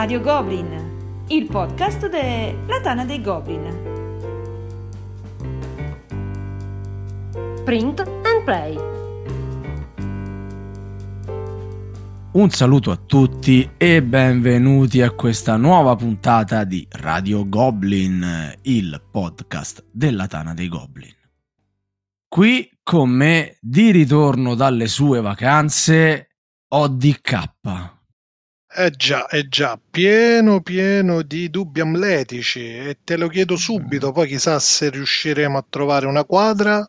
Radio Goblin, il podcast della Tana dei Goblin. Print and Play. Un saluto a tutti e benvenuti a questa nuova puntata di Radio Goblin, il podcast della Tana dei Goblin. Qui con me, di ritorno dalle sue vacanze, ODK. Già, pieno di dubbi amletici e te lo chiedo subito, poi chissà se riusciremo a trovare una quadra.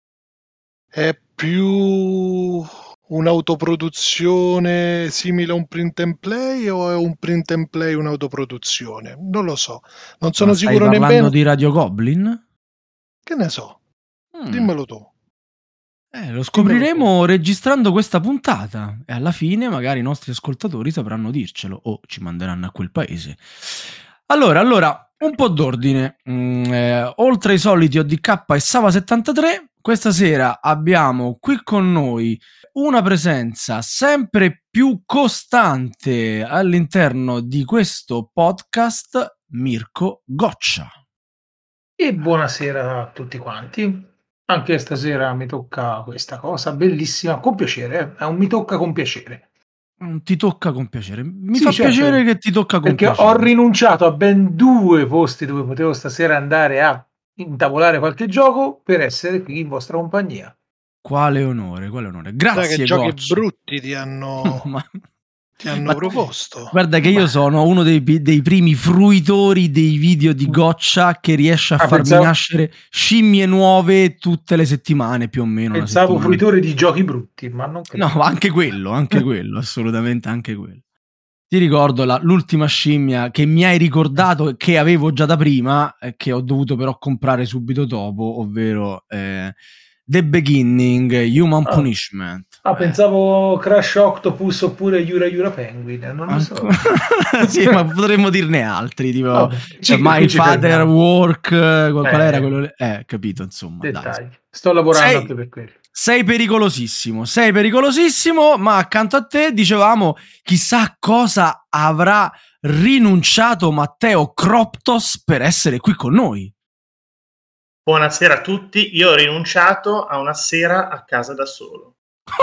È più un'autoproduzione simile a un print and play o è un print and play un'autoproduzione? Non lo so, non sono sicuro Stai parlando nemmeno. di Radio Goblin? Che ne so, dimmelo tu. Lo scopriremo registrando questa puntata e alla fine magari i nostri ascoltatori sapranno dircelo o ci manderanno a quel paese. Allora, un po' d'ordine. Oltre ai soliti ODK e Sava73, questa sera abbiamo qui con noi una presenza sempre più costante all'interno di questo podcast, Mirko Goccia. E buonasera a tutti quanti. Anche stasera mi tocca questa cosa bellissima, con piacere, è un mi tocca con piacere. Ti tocca con piacere. Mi Sì, fa certo, piacere che ti tocca con perché piacere. ho rinunciato a ben 2 posti dove potevo stasera andare a intavolare qualche gioco per essere qui in vostra compagnia. Quale onore. Grazie, Sai che giochi Goccia. brutti ti hanno proposto. Guarda che io sono uno dei primi fruitori dei video di Goccia che riesce a farmi nascere scimmie nuove tutte le settimane, più o meno. Pensavo fruitore di giochi brutti, ma non credo. No, anche quello, assolutamente anche quello. Ti ricordo l'ultima scimmia che mi hai ricordato che avevo già da prima, che ho dovuto però comprare subito dopo, ovvero The Beginning, Human Punishment. Pensavo Crash Octopus oppure Yura Penguin, non lo so. Sì, ma potremmo dirne altri, tipo My Father Work, qual era quello lì? Capito, insomma. Dettagli. Dai. Sto lavorando anche per quello. Sei pericolosissimo, ma accanto a te dicevamo chissà cosa avrà rinunciato Matteo Croptos per essere qui con noi. Buonasera a tutti, io ho rinunciato a una sera a casa da solo.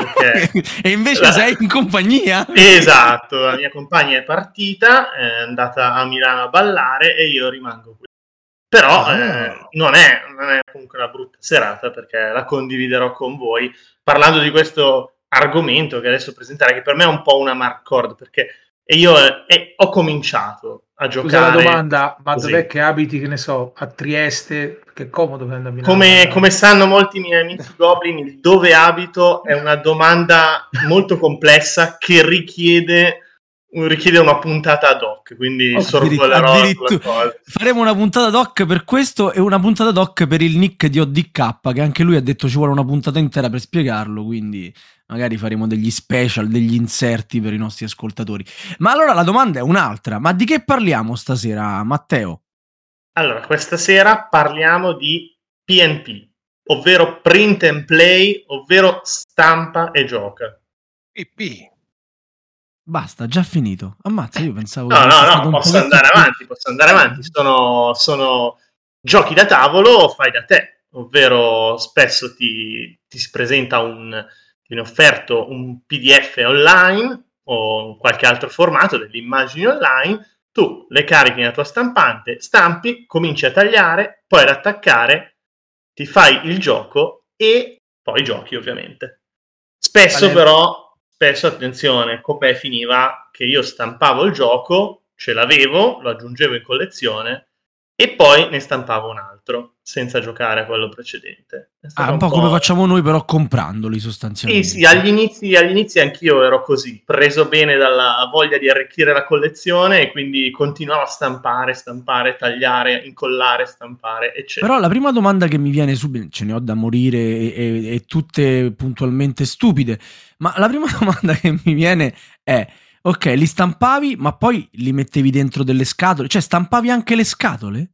E invece sei in compagnia? Esatto, la mia compagna è partita, è andata a Milano a ballare e io rimango qui. Però non è comunque una brutta serata, perché la condividerò con voi parlando di questo argomento che adesso presenterò, che per me è un po' una marcord, perché io ho cominciato a giocare. Scusa la domanda, ma dov'è che abiti, che ne so, a Trieste? Che è comodo per andare a Milano. Come sanno molti miei amici Goblin, il dove abito è una domanda molto complessa che richiede una puntata ad hoc, quindi sorvolerò sulla cosa. Faremo una puntata ad hoc per questo e una puntata ad hoc per il nick di ODK, che anche lui ha detto ci vuole una puntata intera per spiegarlo, quindi magari faremo degli special, degli inserti per i nostri ascoltatori. Ma allora la domanda è un'altra, ma di che parliamo stasera, Matteo? Allora, questa sera parliamo di PNP, ovvero Print and Play, ovvero stampa e gioca. PP. Basta, già finito. Ammazza, io pensavo... No, posso andare avanti. Sono giochi da tavolo, fai da te, ovvero spesso ti si presenta viene offerto un PDF online o qualche altro formato, delle immagini online, tu le carichi nella tua stampante, stampi, cominci a tagliare, poi ad attaccare, ti fai il gioco e poi giochi, ovviamente. Spesso, attenzione, come finiva che io stampavo il gioco, ce l'avevo, lo aggiungevo in collezione e poi ne stampavo un altro, senza giocare a quello precedente. Un po' come facciamo noi, però comprandoli sostanzialmente. Sì, agli inizi anch'io ero così, preso bene dalla voglia di arricchire la collezione e quindi continuavo a stampare, tagliare, incollare, stampare, eccetera. Però la prima domanda che mi viene subito, ce ne ho da morire e tutte puntualmente stupide, ma la prima domanda che mi viene è: ok, li stampavi, ma poi li mettevi dentro delle scatole? Cioè, stampavi anche le scatole?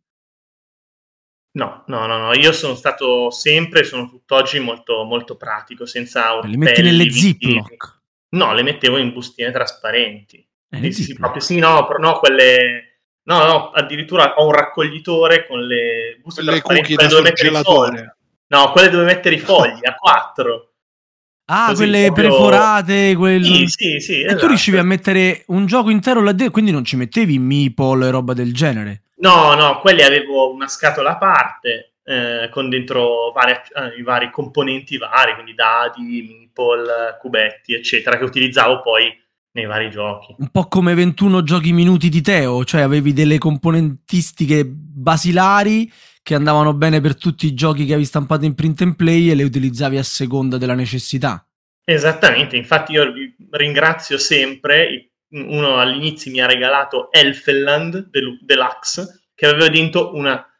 No, io sono stato sempre, sono tutt'oggi molto, molto pratico, senza le metti nelle Ziploc? No, le mettevo in bustine trasparenti. Sì, proprio sì, no, però no, quelle... No, addirittura ho un raccoglitore con le buste Quelle trasparenti, cookie da quelle dove mettere i fogli. surgelatore. No, quelle dove mettere i fogli, a 4. Ah, Così, quelle proprio... preforate, Sì, E esatto. tu riuscivi a mettere un gioco intero là dentro, quindi non ci mettevi meeple e roba del genere? No, quelli avevo una scatola a parte con dentro i vari componenti vari, quindi dadi, meeple, cubetti, eccetera, che utilizzavo poi nei vari giochi. Un po' come 21 giochi minuti di Teo, cioè avevi delle componentistiche basilari che andavano bene per tutti i giochi che avevi stampato in print and play e le utilizzavi a seconda della necessità. Esattamente, infatti io ringrazio sempre, uno all'inizio mi ha regalato Elfenland Deluxe, che aveva dentro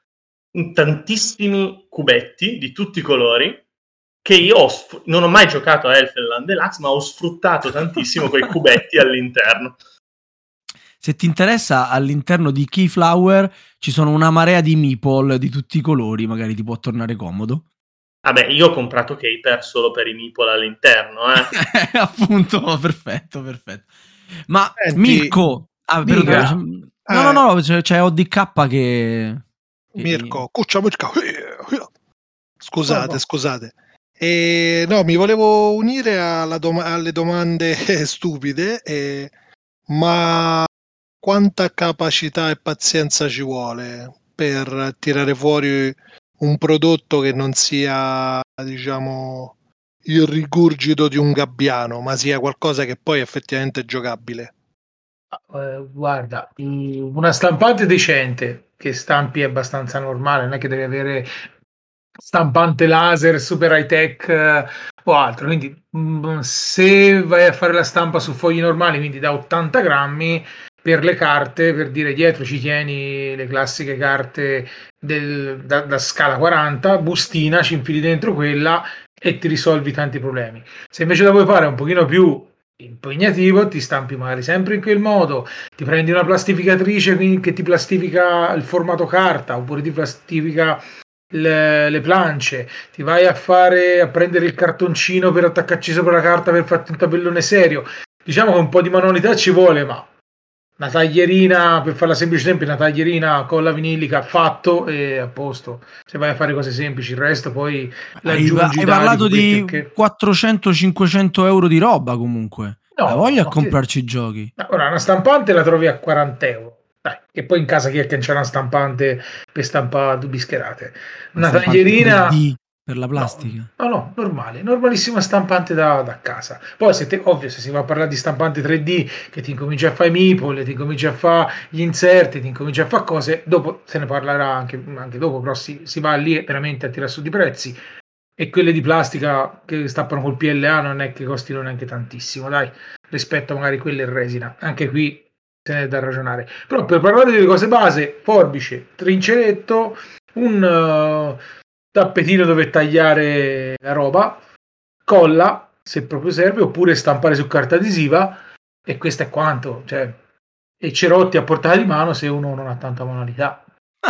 tantissimi cubetti di tutti i colori, che io non ho mai giocato a Elfenland Deluxe, ma ho sfruttato tantissimo quei cubetti all'interno. Se ti interessa, all'interno di Keyflower ci sono una marea di meeple di tutti i colori, magari ti può tornare comodo. Vabbè, io ho comprato Caper solo per i meeple all'interno, Appunto, perfetto. Ma Senti, Mirko, dica. no, c'è ODK che... Mirko, cuccia. Scusate, No. scusate. No, mi volevo unire alle domande stupide, ma quanta capacità e pazienza ci vuole per tirare fuori un prodotto che non sia, diciamo, il rigurgito di un gabbiano, ma sia qualcosa che poi effettivamente è giocabile? Guarda, una stampante decente che stampi è abbastanza normale, non è che devi avere stampante laser super high tech o altro, quindi se vai a fare la stampa su fogli normali, quindi da 80 grammi per le carte, per dire dietro ci tieni le classiche carte da scala 40, bustina, ci infili dentro quella e ti risolvi tanti problemi. Se invece la vuoi fare un pochino più impegnativo, ti stampi magari sempre in quel modo, ti prendi una plastificatrice che ti plastifica il formato carta oppure ti plastifica le planche, ti vai a prendere il cartoncino per attaccarci sopra la carta per farti un tabellone serio. Diciamo che un po' di manualità ci vuole, ma una taglierina, per farla semplice esempio, una taglierina con la vinilica fatto e a posto. Se vai a fare cose semplici, il resto poi l'aggiungi. Hai parlato di perché... 400-500 euro di roba comunque. Hai voglia a comprarci i giochi. Ora, una stampante la trovi a 40 euro. Dai, che poi in casa chi è che c'è una stampante per stampare due bischerate? Una taglierina 3D per la plastica? No, normale, normalissima stampante da casa. Poi ovvio, se si va a parlare di stampante 3D che ti incomincia a fare i meeple, ti incomincia a fare gli inserti, ti incomincia a fare cose, dopo se ne parlerà anche dopo, però si va lì veramente a tirare su di prezzi. E quelle di plastica che stappano col PLA non è che costino neanche tantissimo, dai, rispetto magari quelle in resina. Anche qui se ne è da ragionare. Però per parlare delle cose base, forbice, trinceretto, un tappetino dove tagliare la roba, colla se proprio serve, oppure stampare su carta adesiva, e questo è quanto. Cioè, e cerotti a portata di mano se uno non ha tanta manualità.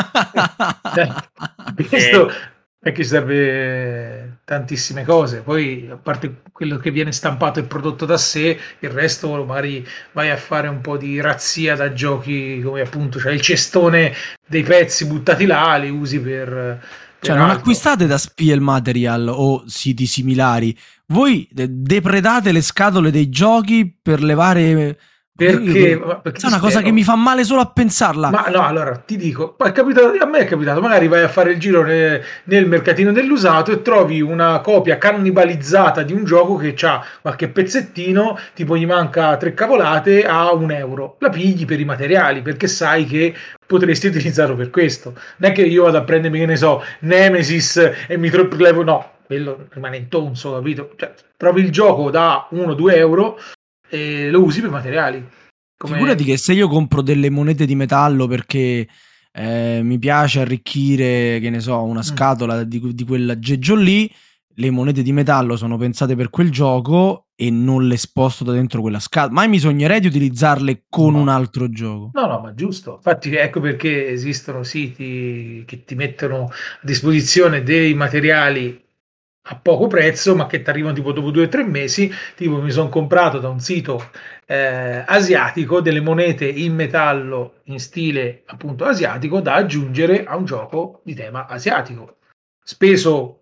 Questo è che serve tantissime cose. Poi, a parte quello che viene stampato e prodotto da sé, il resto magari vai a fare un po' di razzia da giochi come appunto il cestone dei pezzi buttati là, li usi per cioè non acquistate da Spiel Material o siti similari, voi depredate le scatole dei giochi per levare... Perché è una cosa che mi fa male solo a pensarla. Ma no, allora ti dico, a me è capitato, magari vai a fare il giro nel mercatino dell'usato e trovi una copia cannibalizzata di un gioco che ha qualche pezzettino, tipo gli manca 3 cavolate a €1. La pigli per i materiali perché sai che potresti utilizzarlo per questo. Non è che io vado a prendermi, che ne so, Nemesis e mi levo, no, quello rimane in tonso, capito? Cioè, trovi il gioco da 1-2 euro e lo usi per materiali. Figurati che se io compro delle monete di metallo perché mi piace arricchire, che ne so, una scatola di quell'aggeggio lì, le monete di metallo sono pensate per quel gioco e non le sposto da dentro quella scatola. Mai mi sognerei di utilizzarle con un altro gioco. No, ma giusto. Infatti ecco perché esistono siti che ti mettono a disposizione dei materiali a poco prezzo, ma che ti arrivano tipo dopo 2 o 3 mesi. Tipo mi sono comprato da un sito asiatico delle monete in metallo in stile appunto asiatico da aggiungere a un gioco di tema asiatico. Speso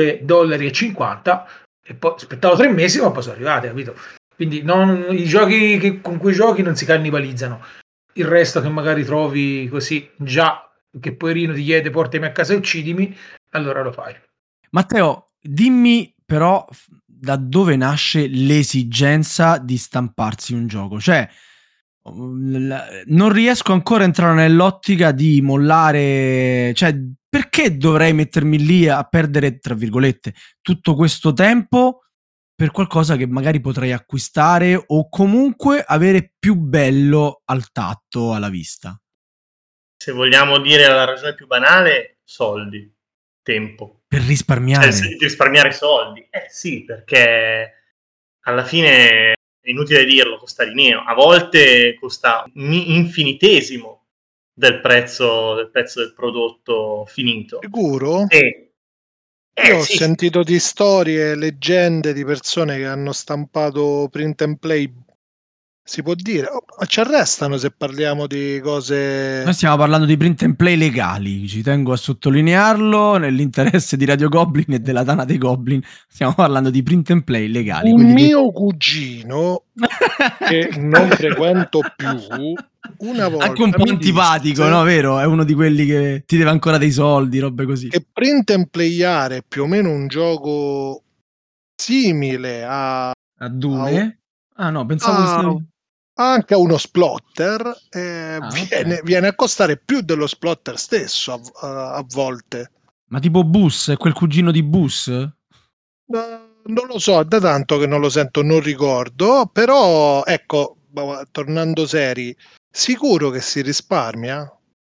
$2,50 e poi aspettavo 3 mesi, ma poi sono arrivate, capito? Quindi i giochi con cui giochi non si cannibalizzano. Il resto che magari trovi così già che poverino ti chiede portami a casa e uccidimi, allora lo fai. Matteo, dimmi però da dove nasce l'esigenza di stamparsi un gioco? Cioè, non riesco ancora a entrare nell'ottica di mollare, cioè, perché dovrei mettermi lì a perdere, tra virgolette, tutto questo tempo per qualcosa che magari potrei acquistare o comunque avere più bello al tatto, alla vista? Se vogliamo dire la ragione più banale, soldi, tempo. Per risparmiare. Cioè, risparmiare soldi. Sì, perché alla fine è inutile dirlo, costa di meno. A volte costa un infinitesimo del prezzo del prodotto finito. Sicuro? Io ho sentito di storie, leggende di persone che hanno stampato print and play. Si può dire? Ci arrestano se parliamo di cose... Noi stiamo parlando di print and play legali, ci tengo a sottolinearlo, nell'interesse di Radio Goblin e della Tana dei Goblin, stiamo parlando di print and play legali. Un mio cugino, che non frequento più, una volta... Anche un po' antipatico, no? Vero? È uno di quelli che ti deve ancora dei soldi, robe così. Che print and playare più o meno un gioco simile a Dune? No, pensavo anche a uno splotter, okay. viene a costare più dello splotter stesso a volte. Ma tipo Bus, è quel cugino di Bus? Non lo so, da tanto che non lo sento, non ricordo, però ecco, tornando seri, sicuro che si risparmia?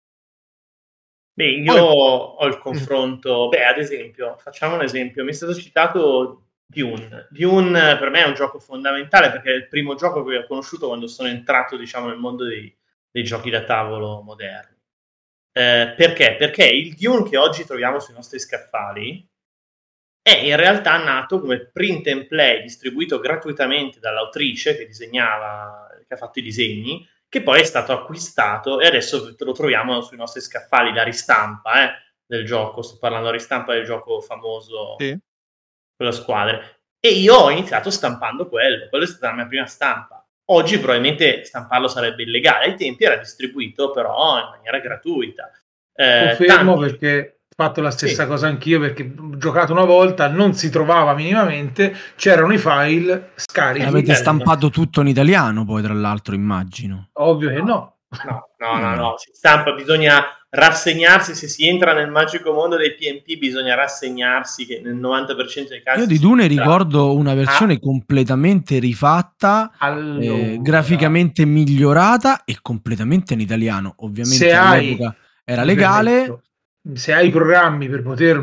Beh, io ho il confronto, ad esempio, facciamo un esempio, mi è stato citato Dune. Dune per me è un gioco fondamentale perché è il primo gioco che ho conosciuto quando sono entrato, diciamo, nel mondo dei giochi da tavolo moderni. Perché? Perché il Dune che oggi troviamo sui nostri scaffali è in realtà nato come print and play distribuito gratuitamente dall'autrice che disegnava, che ha fatto i disegni, che poi è stato acquistato e adesso lo troviamo sui nostri scaffali, la ristampa del gioco. Sto parlando della ristampa del gioco famoso, sì, con la squadra. E io ho iniziato stampando quella è stata la mia prima stampa. Oggi probabilmente stamparlo sarebbe illegale, ai tempi era distribuito però in maniera gratuita. Confermo perché ho fatto la stessa cosa anch'io, perché ho giocato una volta, non si trovava minimamente, c'erano i file scarichi. Avete stampato tutto in italiano poi, tra l'altro, immagino. Ovvio che no. No, si stampa, bisogna rassegnarsi, se si entra nel magico mondo dei PNP bisogna rassegnarsi, che nel 90% dei casi... Io di Dune ricordo una versione completamente rifatta, graficamente migliorata e completamente in italiano, ovviamente all'epoca era legale. Se hai i programmi per poter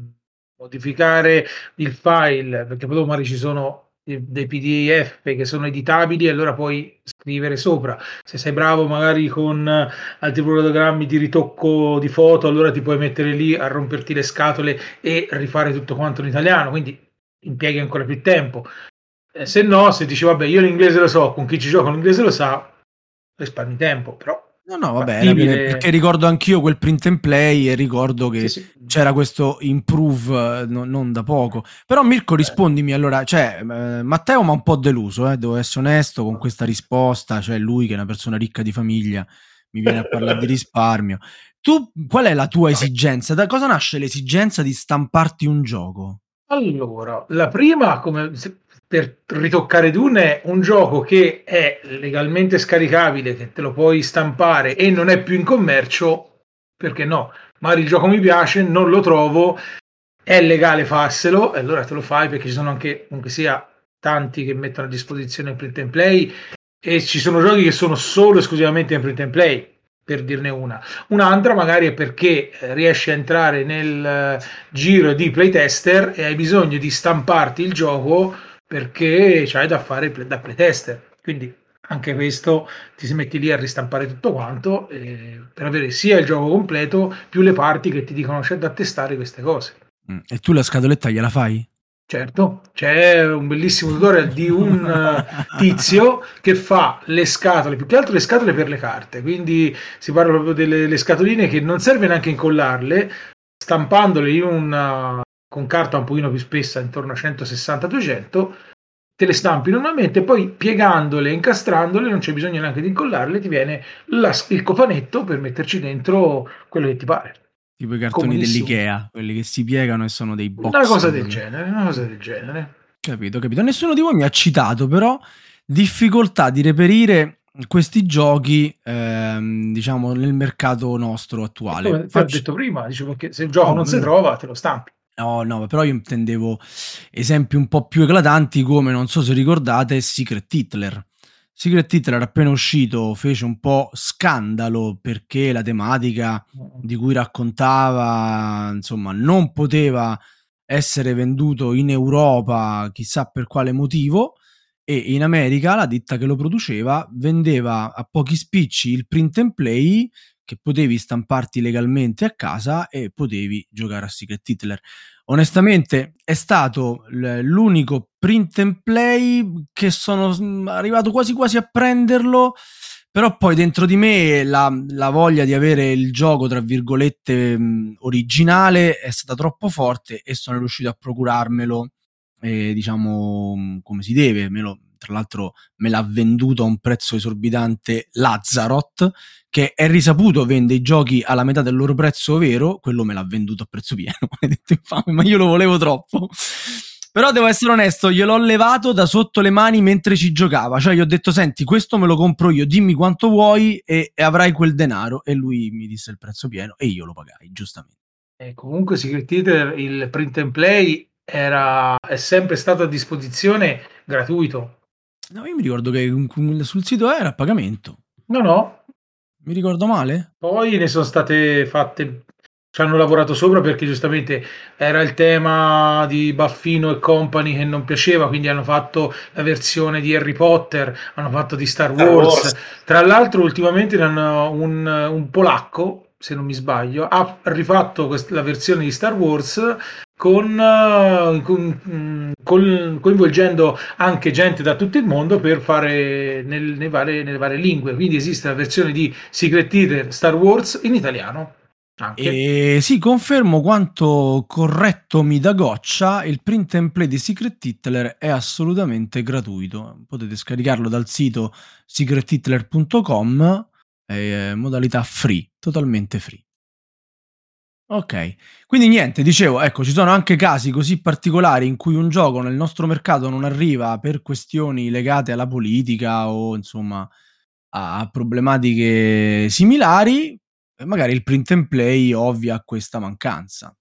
modificare il file, perché poi magari ci sono dei PDF che sono editabili, allora puoi scrivere sopra. Se sei bravo magari con altri programmi di ritocco di foto, allora ti puoi mettere lì a romperti le scatole e rifare tutto quanto in italiano, quindi impieghi ancora più tempo. Se no, se dici vabbè, io l'inglese lo so, con chi ci gioca l'inglese lo sa, risparmi tempo, però No, vabbè, era perché ricordo anch'io quel print and play e ricordo che c'era questo improve non da poco. Però Mirko, rispondimi allora, cioè Matteo mi ha un po' deluso, devo essere onesto con questa risposta, cioè lui che è una persona ricca di famiglia mi viene a parlare di risparmio. Tu, qual è la tua esigenza? Da cosa nasce l'esigenza di stamparti un gioco? Allora, la prima, come per ritoccare Dune, è un gioco che è legalmente scaricabile, che te lo puoi stampare e non è più in commercio, perché no? Magari il gioco mi piace, non lo trovo, è legale farselo, e allora te lo fai, perché ci sono anche, comunque sia, tanti che mettono a disposizione il print and play, e ci sono giochi che sono solo esclusivamente in print and play, per dirne una. Un'altra magari è perché riesci a entrare nel giro di playtester e hai bisogno di stamparti il gioco perché c'hai da fare da playtester. Quindi anche questo, ti si metti lì a ristampare tutto quanto per avere sia il gioco completo più le parti che ti dicono c'è da testare queste cose. E tu la scatoletta gliela fai? Certo, c'è un bellissimo tutorial di un tizio che fa le scatole, più che altro le scatole per le carte, quindi si parla proprio delle scatoline che non serve neanche incollarle, stampandole con carta un pochino più spessa, intorno a 160-200, te le stampi normalmente, poi piegandole, incastrandole, non c'è bisogno neanche di incollarle, ti viene il cofanetto per metterci dentro quello che ti pare. Tipo i cartoni dell'Ikea, quelli che si piegano e sono dei box. Una cosa del genere. Capito. Nessuno di voi mi ha citato però difficoltà di reperire questi giochi, diciamo, nel mercato nostro attuale. Come ti ho detto prima, dicevo che se il gioco non si trova, te lo stampi. No, però io intendevo esempi un po' più eclatanti come, non so se ricordate, Secret Hitler. Secret Hitler appena uscito fece un po' scandalo perché la tematica di cui raccontava, insomma, non poteva essere venduto in Europa, chissà per quale motivo, e in America la ditta che lo produceva vendeva a pochi spicci il print and play che potevi stamparti legalmente a casa e potevi giocare a Secret Hitler. Onestamente è stato l'unico print and play che sono arrivato quasi quasi a prenderlo, però poi dentro di me la voglia di avere il gioco tra virgolette originale è stata troppo forte e sono riuscito a procurarmelo diciamo come si deve. Tra l'altro me l'ha venduto a un prezzo esorbitante Lazarot, che è risaputo vende i giochi alla metà del loro prezzo vero. Quello me l'ha venduto a prezzo pieno, maledetto infame, ma io lo volevo troppo. Però devo essere onesto, gliel'ho levato da sotto le mani mentre ci giocava, cioè gli ho detto senti, questo me lo compro io, dimmi quanto vuoi e avrai quel denaro, e lui mi disse il prezzo pieno e io lo pagai, giustamente. E comunque Secret Hitler, il print and play è sempre stato a disposizione gratuito. No, io mi ricordo che sul sito era a pagamento. No. Mi ricordo male? Poi ne sono state fatte, ci hanno lavorato sopra perché giustamente era il tema di Baffino e Company che non piaceva, quindi hanno fatto la versione di Harry Potter, hanno fatto di Star Wars. Tra l'altro ultimamente un polacco, se non mi sbaglio, ha rifatto la versione di Star Wars coinvolgendo anche gente da tutto il mondo per fare nelle varie lingue. Quindi esiste la versione di Secret Hitler Star Wars in italiano. E sì, confermo quanto corretto mi da Goccia, il print and play di Secret Hitler è assolutamente gratuito. Potete scaricarlo dal sito secrethitler.com, modalità free, totalmente free. Ok, quindi niente, dicevo, ecco, ci sono anche casi così particolari in cui un gioco nel nostro mercato non arriva per questioni legate alla politica o insomma a problematiche similari, e magari il print and play ovvia questa mancanza.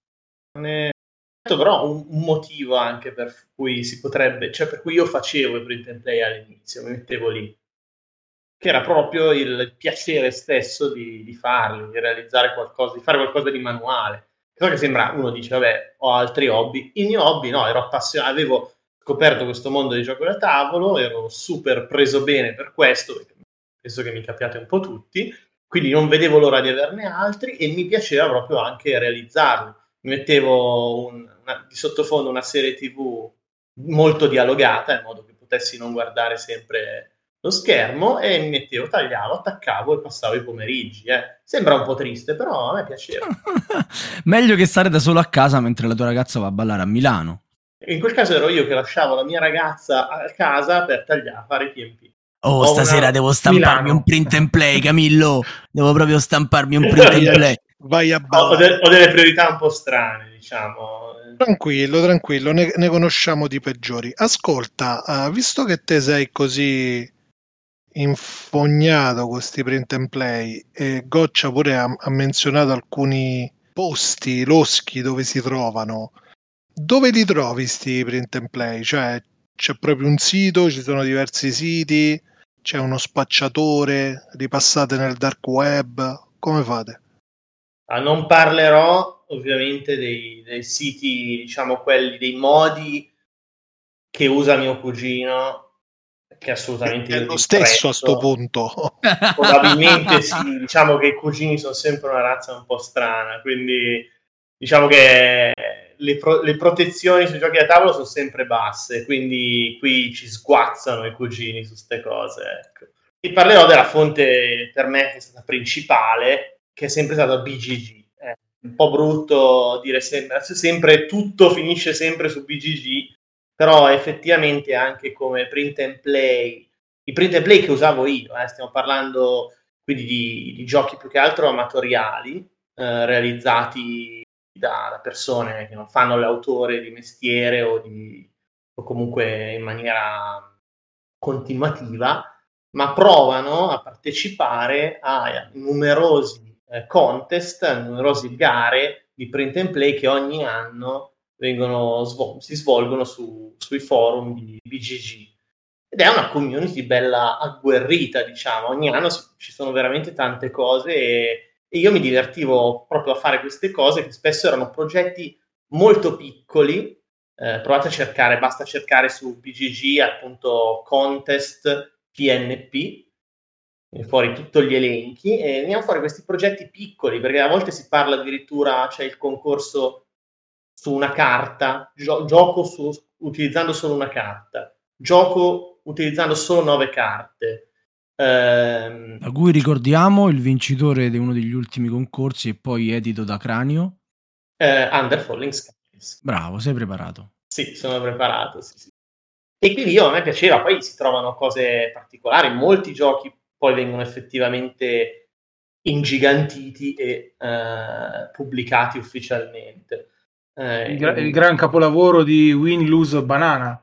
Però un motivo anche per cui si potrebbe, cioè per cui io facevo il print and play all'inizio, mi mettevo lì, che era proprio il piacere stesso di farli, di realizzare qualcosa, di fare qualcosa di manuale. So che sembra, uno dice, vabbè, ho altri hobby. Il mio hobby no, ero appassionato, avevo scoperto questo mondo di gioco da tavolo, ero super preso bene per questo, perché penso che mi capiate un po' tutti, quindi non vedevo l'ora di averne altri e mi piaceva proprio anche realizzarli. Mi mettevo di sottofondo una serie TV molto dialogata, in modo che potessi non guardare sempre lo schermo, e mi mettevo, tagliavo, attaccavo e passavo i pomeriggi. Sembra un po' triste, però a me piaceva. Meglio che stare da solo a casa mentre la tua ragazza va a ballare a Milano. In quel caso ero io che lasciavo la mia ragazza a casa per tagliare, fare i PMP. Oh, stasera devo stamparmi un print and play, Camillo. Devo proprio stamparmi un print and play. Vai a ballare. Ho delle priorità un po' strane, diciamo. Tranquillo, ne conosciamo di peggiori. Ascolta, visto che te sei così infognato con questi print and play e Goccia pure ha menzionato alcuni posti loschi dove si trovano, dove li trovi sti print and play? Cioè c'è proprio un sito, ci sono diversi siti, c'è uno spacciatore, ripassate nel dark web, come fate? Non parlerò ovviamente dei siti, diciamo quelli, dei modi che usa mio cugino, che assolutamente è lo stesso a sto punto. Probabilmente sì, diciamo che i cugini sono sempre una razza un po' strana, quindi diciamo che le protezioni sui giochi da tavolo sono sempre basse, quindi qui ci sguazzano i cugini su ste cose, ecco. Vi parlerò della fonte per me che è stata principale, che è sempre stata BGG. Un po' brutto dire sempre tutto finisce sempre su BGG, però effettivamente anche come print and play, i print and play che usavo io, stiamo parlando quindi di giochi più che altro amatoriali, realizzati da persone che non fanno l'autore di mestiere o comunque in maniera continuativa, ma provano a partecipare a numerosi contest, numerose gare di print and play che ogni anno si svolgono sui forum di BGG. Ed è una community bella agguerrita, diciamo. Ogni anno ci sono veramente tante cose e io mi divertivo proprio a fare queste cose, che spesso erano progetti molto piccoli. Provate a cercare, basta cercare su BGG appunto contest PNP, fuori tutti gli elenchi, e veniamo fuori questi progetti piccoli, perché a volte si parla addirittura, c'è il concorso su una carta, gioco utilizzando solo una carta, gioco utilizzando solo 9 carte. Da cui ricordiamo il vincitore di uno degli ultimi concorsi e poi edito da Cranio. Under Falling Skies. Bravo, sei preparato. Sì, sono preparato, sì. E quindi a me piaceva, poi si trovano cose particolari, molti giochi poi vengono effettivamente ingigantiti e pubblicati ufficialmente. Il gran capolavoro di Win, Lose, Banana.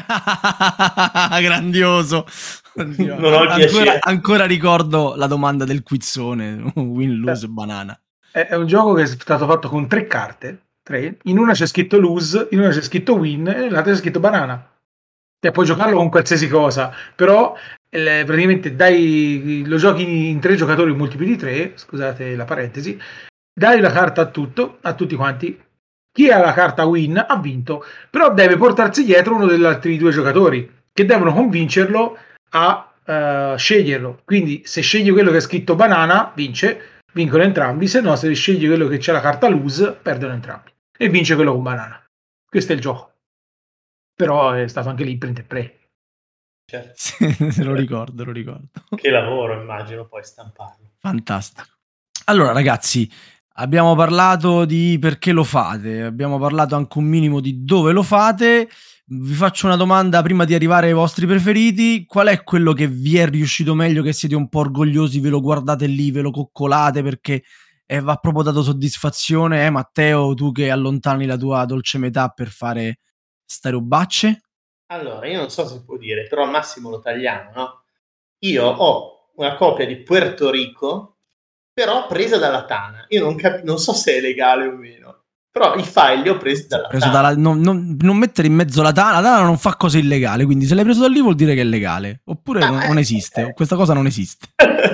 Grandioso. Non ho il piacere. Ancora ricordo la domanda del quizzone. Win, Lose, Banana. È un gioco che è stato fatto con 3 carte. 3. In una c'è scritto Lose, in una c'è scritto Win e nell'altra c'è scritto Banana. E puoi giocarlo con qualsiasi cosa, però praticamente lo giochi in 3 giocatori multipli di 3, scusate la parentesi, dai la carta a tutti quanti. Chi ha la carta Win ha vinto, però deve portarsi dietro uno degli altri 2 giocatori che devono convincerlo a sceglierlo. Quindi se scegli quello che è scritto Banana vincono entrambi, se no se scegli quello che c'è la carta Lose perdono entrambi e vince quello con Banana. Questo è il gioco, però è stato anche lì print and play. Certo. Sì, lo ricordo. Che lavoro, immagino, poi stamparlo. Fantastico. Allora ragazzi, abbiamo parlato di perché lo fate, abbiamo parlato anche un minimo di dove lo fate. Vi faccio una domanda prima di arrivare ai vostri preferiti: qual è quello che vi è riuscito meglio, che siete un po' orgogliosi, ve lo guardate lì, ve lo coccolate perché va proprio dato soddisfazione? Matteo, tu che allontani la tua dolce metà per fare ste robacce? Allora, io non so se può dire, però al massimo lo tagliamo, no? Io ho una copia di Puerto Rico, però presa dalla Tana. Io non so se è legale o meno, però i file li ho presi dalla Tana. Non mettere in mezzo la Tana non fa cose illegali, quindi se l'hai preso da lì vuol dire che è legale, oppure non esiste, questa cosa non esiste.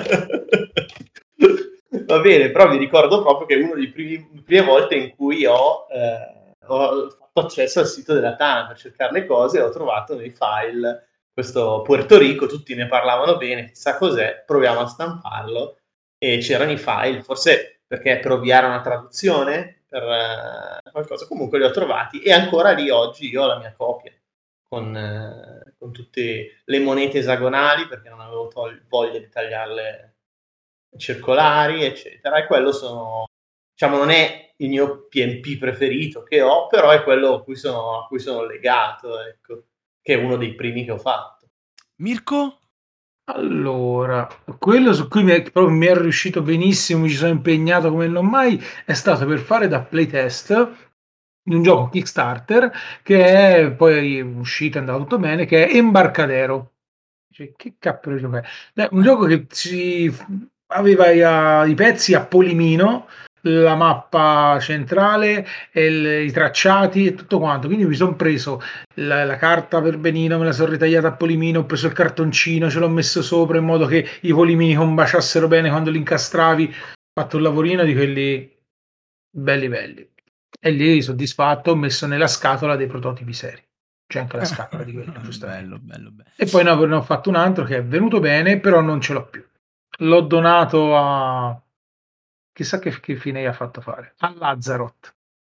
Va bene, però vi ricordo proprio che è una delle prime volte in cui ho fatto accesso al sito della Tana per cercare le cose, e ho trovato nei file questo Puerto Rico, tutti ne parlavano bene, chissà cos'è, proviamo a stamparlo, e c'erano i file, forse perché per ovviare una traduzione, per qualcosa, comunque li ho trovati, e ancora lì oggi io ho la mia copia con tutte le monete esagonali, perché non avevo voglia di tagliarle circolari, eccetera, e quello diciamo, non è il mio PNP preferito che ho, però è quello a cui sono legato, ecco, che è uno dei primi che ho fatto. Mirko? Allora, quello su cui proprio mi è riuscito benissimo, mi ci sono impegnato come non mai, è stato per fare da playtest di un gioco Kickstarter che è poi uscito, è andato tutto bene, che è Embarcadero. Che cappero di gioco è? Un gioco che aveva i pezzi a polimino, la mappa centrale e i tracciati e tutto quanto, quindi mi sono preso la carta per benino, me la sono ritagliata a polimino, ho preso il cartoncino, ce l'ho messo sopra in modo che i polimini combaciassero bene quando li incastravi, ho fatto un lavorino di quelli belli, e lì soddisfatto ho messo nella scatola dei prototipi seri, c'è anche la scatola di quello, giustamente. Bello. E poi ne ho fatto un altro che è venuto bene, però non ce l'ho più, l'ho donato a chissà che fine gli ha fatto fare, a Lazarot.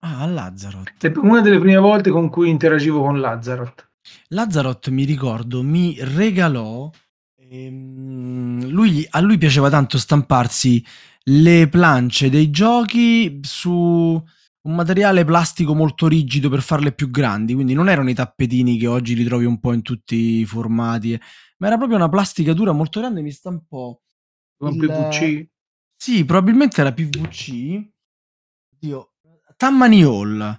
Ah, Lazzaroth. È una delle prime volte con cui interagivo con Lazzaroth. Lazzaroth, mi ricordo, mi regalò, a lui piaceva tanto stamparsi le plance dei giochi su un materiale plastico molto rigido per farle più grandi, quindi non erano i tappetini che oggi li trovi un po' in tutti i formati, ma era proprio una plastica dura molto grande. Mi stampò Con PVC. sì, probabilmente era PVC. Dio, Tammany Hall,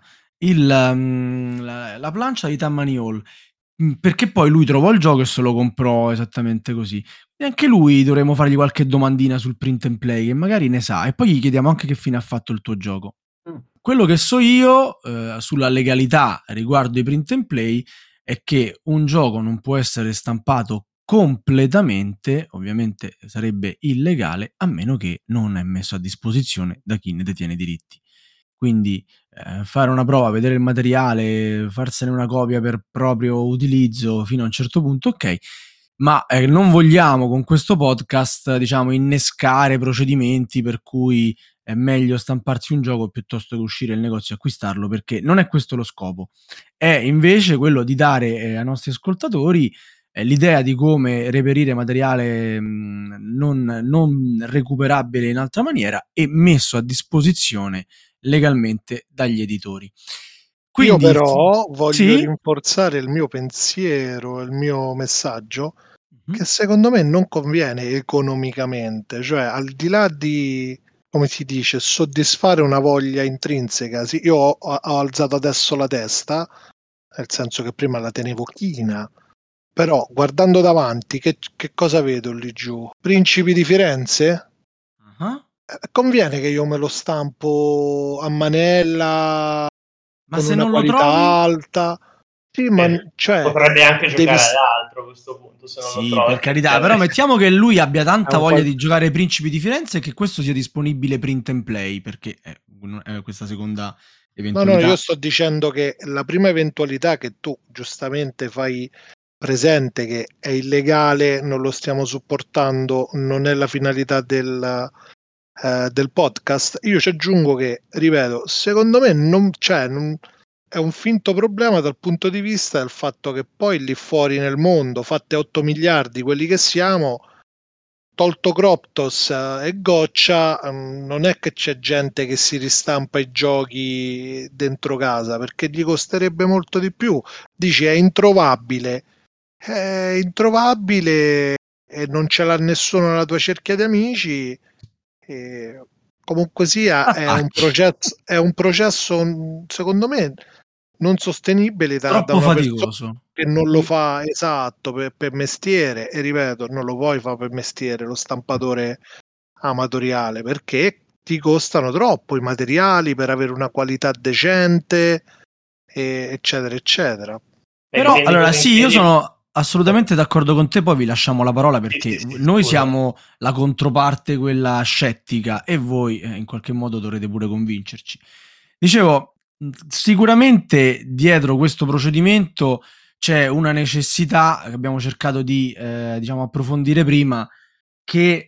la plancia di Tammany Hall. Perché poi lui trovò il gioco e se lo comprò esattamente così. E anche lui dovremmo fargli qualche domandina sul print and play, che magari ne sa. E poi gli chiediamo anche che fine ha fatto il tuo gioco. Quello che so io sulla legalità riguardo i print and play è che un gioco non può essere stampato completamente, ovviamente sarebbe illegale, a meno che non è messo a disposizione da chi ne detiene i diritti. Quindi fare una prova, vedere il materiale, farsene una copia per proprio utilizzo fino a un certo punto, ok, ma non vogliamo con questo podcast, diciamo, innescare procedimenti per cui è meglio stamparsi un gioco piuttosto che uscire al negozio e acquistarlo, perché non è questo lo scopo. È invece quello di dare ai nostri ascoltatori l'idea di come reperire materiale non recuperabile in altra maniera e messo a disposizione legalmente dagli editori. Quindi, io però voglio sì? rinforzare il mio pensiero, il mio messaggio, che secondo me non conviene economicamente, cioè al di là di, come si dice, soddisfare una voglia intrinseca. Sì, io ho alzato adesso la testa, nel senso che prima la tenevo china, però guardando davanti, che cosa vedo lì giù? Principi di Firenze? Uh-huh. Conviene che io me lo stampo a manella, ma con se una non lo qualità trovi? alta? Sì, ma cioè, potrebbe anche devi giocare all'altro a questo punto, se non lo Sì, trovo. per carità, però mettiamo che lui abbia tanta un voglia qual- di giocare ai Principi di Firenze e che questo sia disponibile print and play, perché è questa seconda No, eventualità. io sto dicendo che la prima eventualità che tu giustamente fai presente che è illegale, non lo stiamo supportando, non è la finalità del podcast. Io ci aggiungo che, ripeto, secondo me è un finto problema dal punto di vista del fatto che poi lì fuori nel mondo, fatte 8 miliardi quelli che siamo, tolto Croptos e Goccia, non è che c'è gente che si ristampa i giochi dentro casa, perché gli costerebbe molto di più. Dici è introvabile e non ce l'ha nessuno nella tua cerchia di amici. E comunque sia, Attacchi. è un processo, secondo me, non sostenibile da Troppo una persona faticoso. che non lo fa esatto per mestiere, e ripeto, non lo puoi fare per mestiere lo stampatore amatoriale, perché ti costano troppo i materiali per avere una qualità decente, eccetera, eccetera. Però, allora, sì, io Quindi- sono assolutamente d'accordo con te, poi vi lasciamo la parola perché sì, noi scusa. siamo la controparte, quella scettica, e voi in qualche modo dovrete pure convincerci. Dicevo, sicuramente dietro questo procedimento c'è una necessità che abbiamo cercato di diciamo approfondire prima, che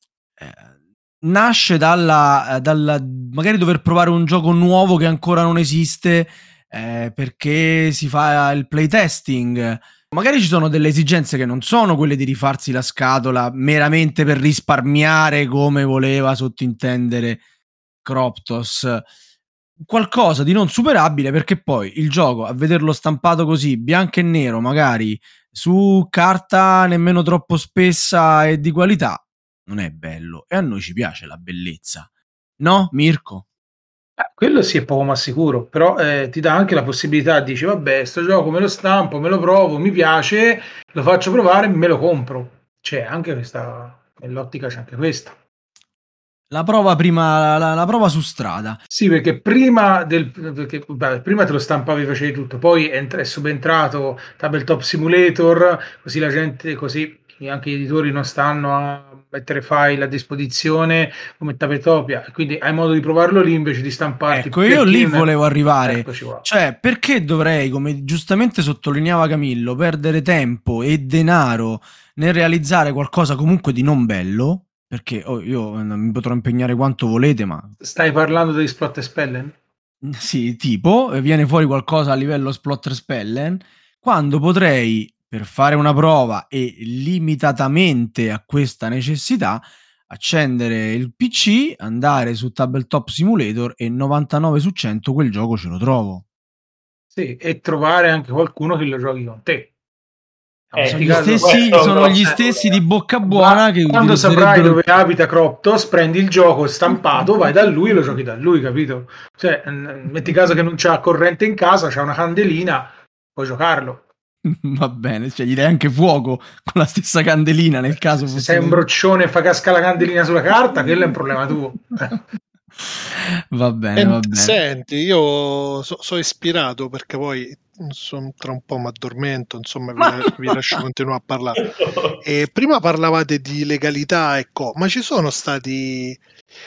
nasce dalla magari dover provare un gioco nuovo che ancora non esiste, perché si fa il playtesting. Magari ci sono delle esigenze che non sono quelle di rifarsi la scatola meramente per risparmiare, come voleva sottintendere Croptos. Qualcosa di non superabile, perché poi il gioco, a vederlo stampato così, bianco e nero, magari su carta nemmeno troppo spessa e di qualità, non è bello. E a noi ci piace la bellezza. No, Mirko? Quello sì è poco ma sicuro, però ti dà anche la possibilità, dici vabbè, sto gioco me lo stampo, me lo provo, mi piace, lo faccio provare, me lo compro. C'è anche questa, nell'ottica c'è anche questa. La prova prima, la prova su strada. Sì, perché prima te lo stampavi, facevi tutto, poi è subentrato Tabletop Simulator, così la gente, così anche gli editori non stanno a mettere file a disposizione come Tabletopia, quindi hai modo di provarlo lì invece di stamparti. Ecco, io lì volevo arrivare. Cioè, perché dovrei, come giustamente sottolineava Camillo, perdere tempo e denaro nel realizzare qualcosa comunque di non bello? Perché io mi potrò impegnare quanto volete, ma... Stai parlando degli Spot e Spellen? Sì, tipo, viene fuori qualcosa a livello Splotter Spellen, quando potrei, per fare una prova e limitatamente a questa necessità, accendere il PC, andare su Tabletop Simulator e 99 su 100 quel gioco ce lo trovo. Sì, e trovare anche qualcuno che lo giochi con te. Sono gli stessi di bocca buona che quando saprai dove abita Croptos, prendi il gioco stampato, vai da lui e lo giochi da lui, capito? Cioè, metti caso che non c'ha corrente in casa, c'ha una candelina, puoi giocarlo. Va bene, cioè gli dai anche fuoco con la stessa candelina nel caso se sei un broccione e fa cascare la candelina sulla carta, quello è un problema tuo. Va bene. Senti, io sono ispirato perché poi tra un po' mi addormento, insomma vi lascio continuare a parlare. E prima parlavate di legalità, ecco, ma ci sono stati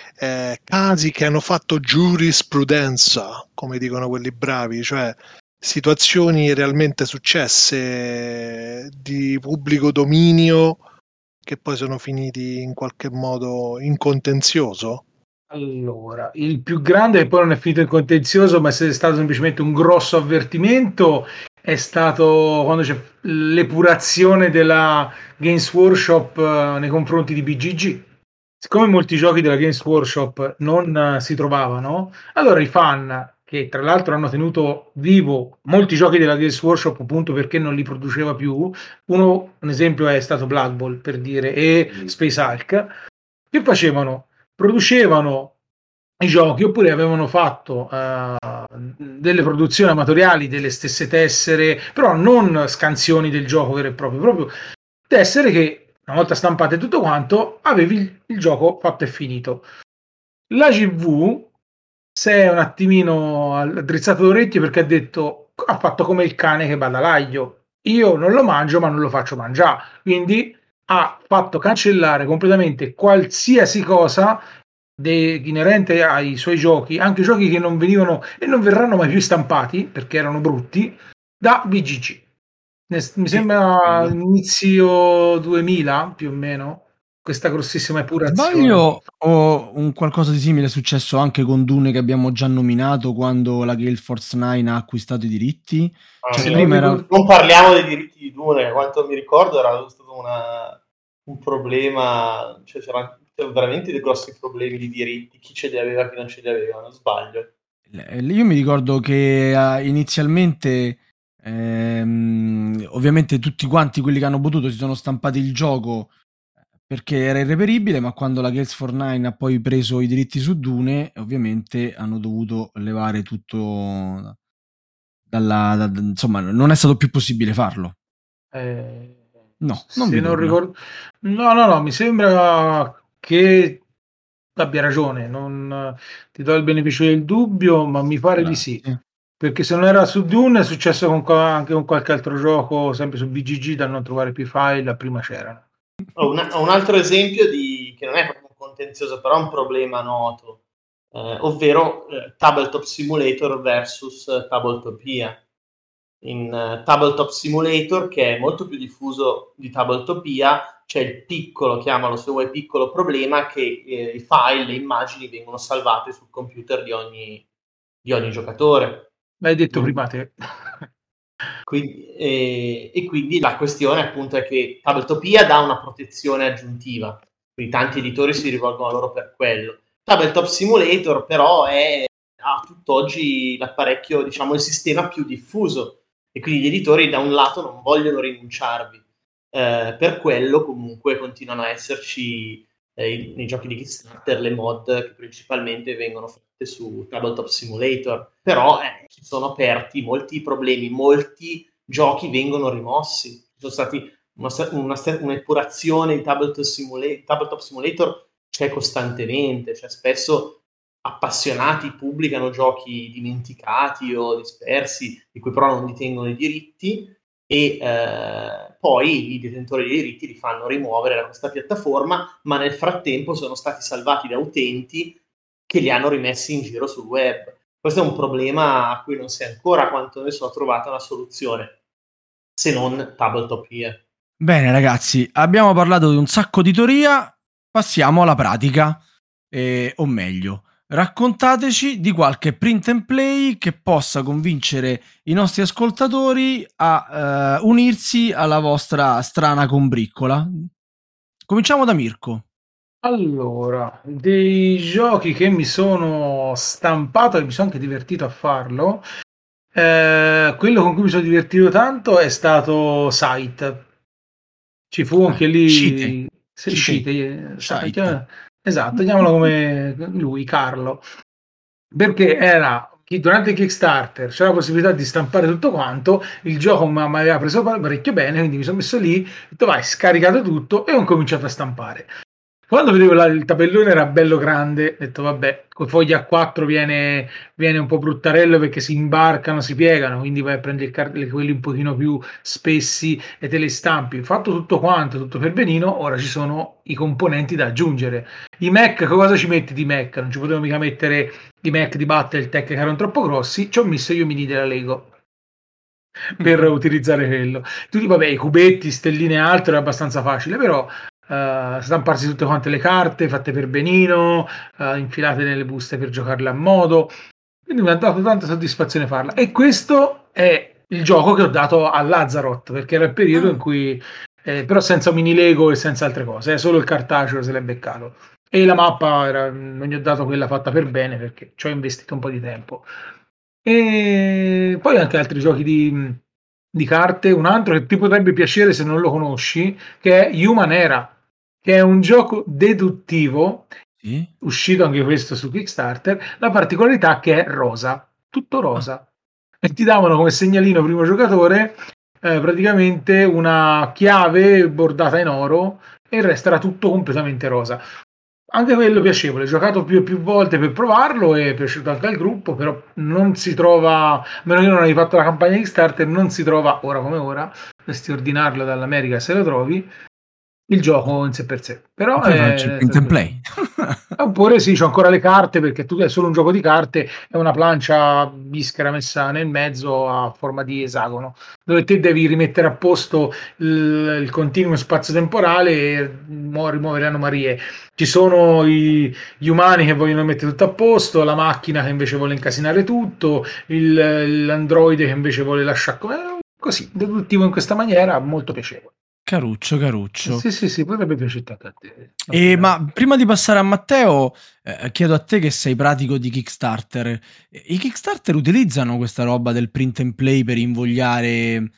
casi che hanno fatto giurisprudenza, come dicono quelli bravi, cioè situazioni realmente successe di pubblico dominio che poi sono finiti in qualche modo in contenzioso? Allora, il più grande, che poi non è finito in contenzioso, ma è stato semplicemente un grosso avvertimento, è stato quando c'è l'epurazione della Games Workshop nei confronti di BGG. Siccome molti giochi della Games Workshop non si trovavano, allora i fan, che tra l'altro hanno tenuto vivo molti giochi della Games Workshop appunto perché non li produceva più, un esempio è stato Blood Bowl, per dire, e Space Hulk, che facevano? Producevano i giochi oppure avevano fatto delle produzioni amatoriali delle stesse tessere, però non scansioni del gioco vero e proprio tessere che una volta stampate tutto quanto avevi il gioco fatto e finito. La GV si è un attimino addrizzato l'orecchio perché ha fatto come il cane che bada l'aglio, io non lo mangio ma non lo faccio mangiare, quindi ha fatto cancellare completamente qualsiasi cosa inerente ai suoi giochi, anche giochi che non venivano e non verranno mai più stampati perché erano brutti, da BGG. Mi sembra inizio 2000 più o meno, questa grossissima epurazione. Sbaglio o un qualcosa di simile è successo anche con Dune che abbiamo già nominato quando la Gale Force 9 ha acquistato i diritti? Non parliamo dei diritti di Dune, quanto mi ricordo era stato un problema, cioè c'erano veramente dei grossi problemi di diritti, chi ce li aveva e chi non ce li aveva, non sbaglio. Io mi ricordo che inizialmente ovviamente tutti quanti quelli che hanno potuto si sono stampati il gioco perché era irreperibile, ma quando la Gales for Nine ha poi preso i diritti su Dune, ovviamente hanno dovuto levare tutto insomma, non è stato più possibile farlo. No, non se non ricordo. No, mi sembra che abbia ragione, non ti do il beneficio del dubbio, ma mi pare di sì. Perché se non era su Dune è successo anche con qualche altro gioco, sempre su BGG, da non trovare più file, prima c'erano. Un altro esempio che non è proprio un contenzioso, però è un problema noto, ovvero Tabletop Simulator versus Tabletopia. In Tabletop Simulator, che è molto più diffuso di Tabletopia, c'è il piccolo, chiamalo se vuoi piccolo problema, che i file, le immagini vengono salvate sul computer di ogni giocatore. L'hai detto prima te. Quindi la questione appunto è che Tabletopia dà una protezione aggiuntiva, quindi tanti editori si rivolgono a loro per quello. Tabletop Simulator però è a tutt'oggi l'apparecchio, diciamo il sistema più diffuso, e quindi gli editori da un lato non vogliono rinunciarvi, per quello comunque continuano a esserci nei giochi di Kickstarter le mod che principalmente vengono fatte su Tabletop Simulator, però ci sono aperti molti problemi, molti giochi vengono rimossi, ci sono stati un'epurazione di Tabletop Simulator c'è costantemente, cioè spesso appassionati pubblicano giochi dimenticati o dispersi di cui però non detengono i diritti e poi i detentori dei diritti li fanno rimuovere da questa piattaforma, ma nel frattempo sono stati salvati da utenti che li hanno rimessi in giro sul web. Questo è un problema a cui non si è ancora quanto ne so trovata una soluzione, se non Tabletopia. Bene ragazzi, abbiamo parlato di un sacco di teoria, passiamo alla pratica, o meglio, raccontateci di qualche print and play che possa convincere i nostri ascoltatori a unirsi alla vostra strana combriccola. Cominciamo da Mirko. Allora, dei giochi che mi sono stampato e mi sono anche divertito a farlo, quello con cui mi sono divertito tanto è stato Sight. Ci fu anche lì esatto, chiamalo come lui, Carlo, perché era che durante il Kickstarter c'era la possibilità di stampare tutto quanto, il gioco mi aveva preso parecchio bene, quindi mi sono messo lì, ho detto vai, scaricato tutto e ho cominciato a stampare. Quando vedevo il tabellone era bello grande, ho detto vabbè, con foglia A4 viene un po' bruttarello perché si imbarcano, si piegano, quindi vai a prendere quelli un pochino più spessi e te li stampi. Fatto tutto quanto, tutto per benino, ora ci sono i componenti da aggiungere. I Mac, cosa ci metti di Mac? Non ci potevo mica mettere i Mac di Battletech che erano troppo grossi, ci ho messo gli omini della Lego per utilizzare quello. Tutti, vabbè, i cubetti, stelline e altro è abbastanza facile, però stamparsi tutte quante le carte fatte per benino, infilate nelle buste per giocarle a modo, quindi mi ha dato tanta soddisfazione farla. E questo è il gioco che ho dato a Lazarot, perché era il periodo in cui però senza mini Lego e senza altre cose, solo il cartaceo se l'è beccato, e la mappa non gli ho dato quella fatta per bene perché ci ho investito un po' di tempo. E poi anche altri giochi di carte, un altro che ti potrebbe piacere se non lo conosci, che è Human Era, che è un gioco deduttivo, uscito anche questo su Kickstarter. La particolarità che è rosa, tutto rosa, e ti davano come segnalino primo giocatore praticamente una chiave bordata in oro e il resto era tutto completamente rosa. Anche quello piacevole, giocato più e più volte per provarlo, è piaciuto anche al gruppo, però non si trova, a meno che non hai fatto la campagna Kickstarter, non si trova ora come ora, dovresti ordinarlo dall'America se lo trovi, il gioco in sé per sé. Però poi faccio il print and play. Oppure sì, c'ho ancora le carte perché tu è solo un gioco di carte, è una plancia bischera messa nel mezzo a forma di esagono, dove te devi rimettere a posto il continuo spazio-temporale e rimuovere anomalie. Ci sono gli umani che vogliono mettere tutto a posto, la macchina che invece vuole incasinare tutto, l'androide che invece vuole lasciare così, deduttivo in questa maniera, molto piacevole. Caruccio. Sì, potrebbe piacerti anche a te. Ma prima di passare a Matteo, chiedo a te che sei pratico di Kickstarter. I Kickstarter utilizzano questa roba del print and play per invogliare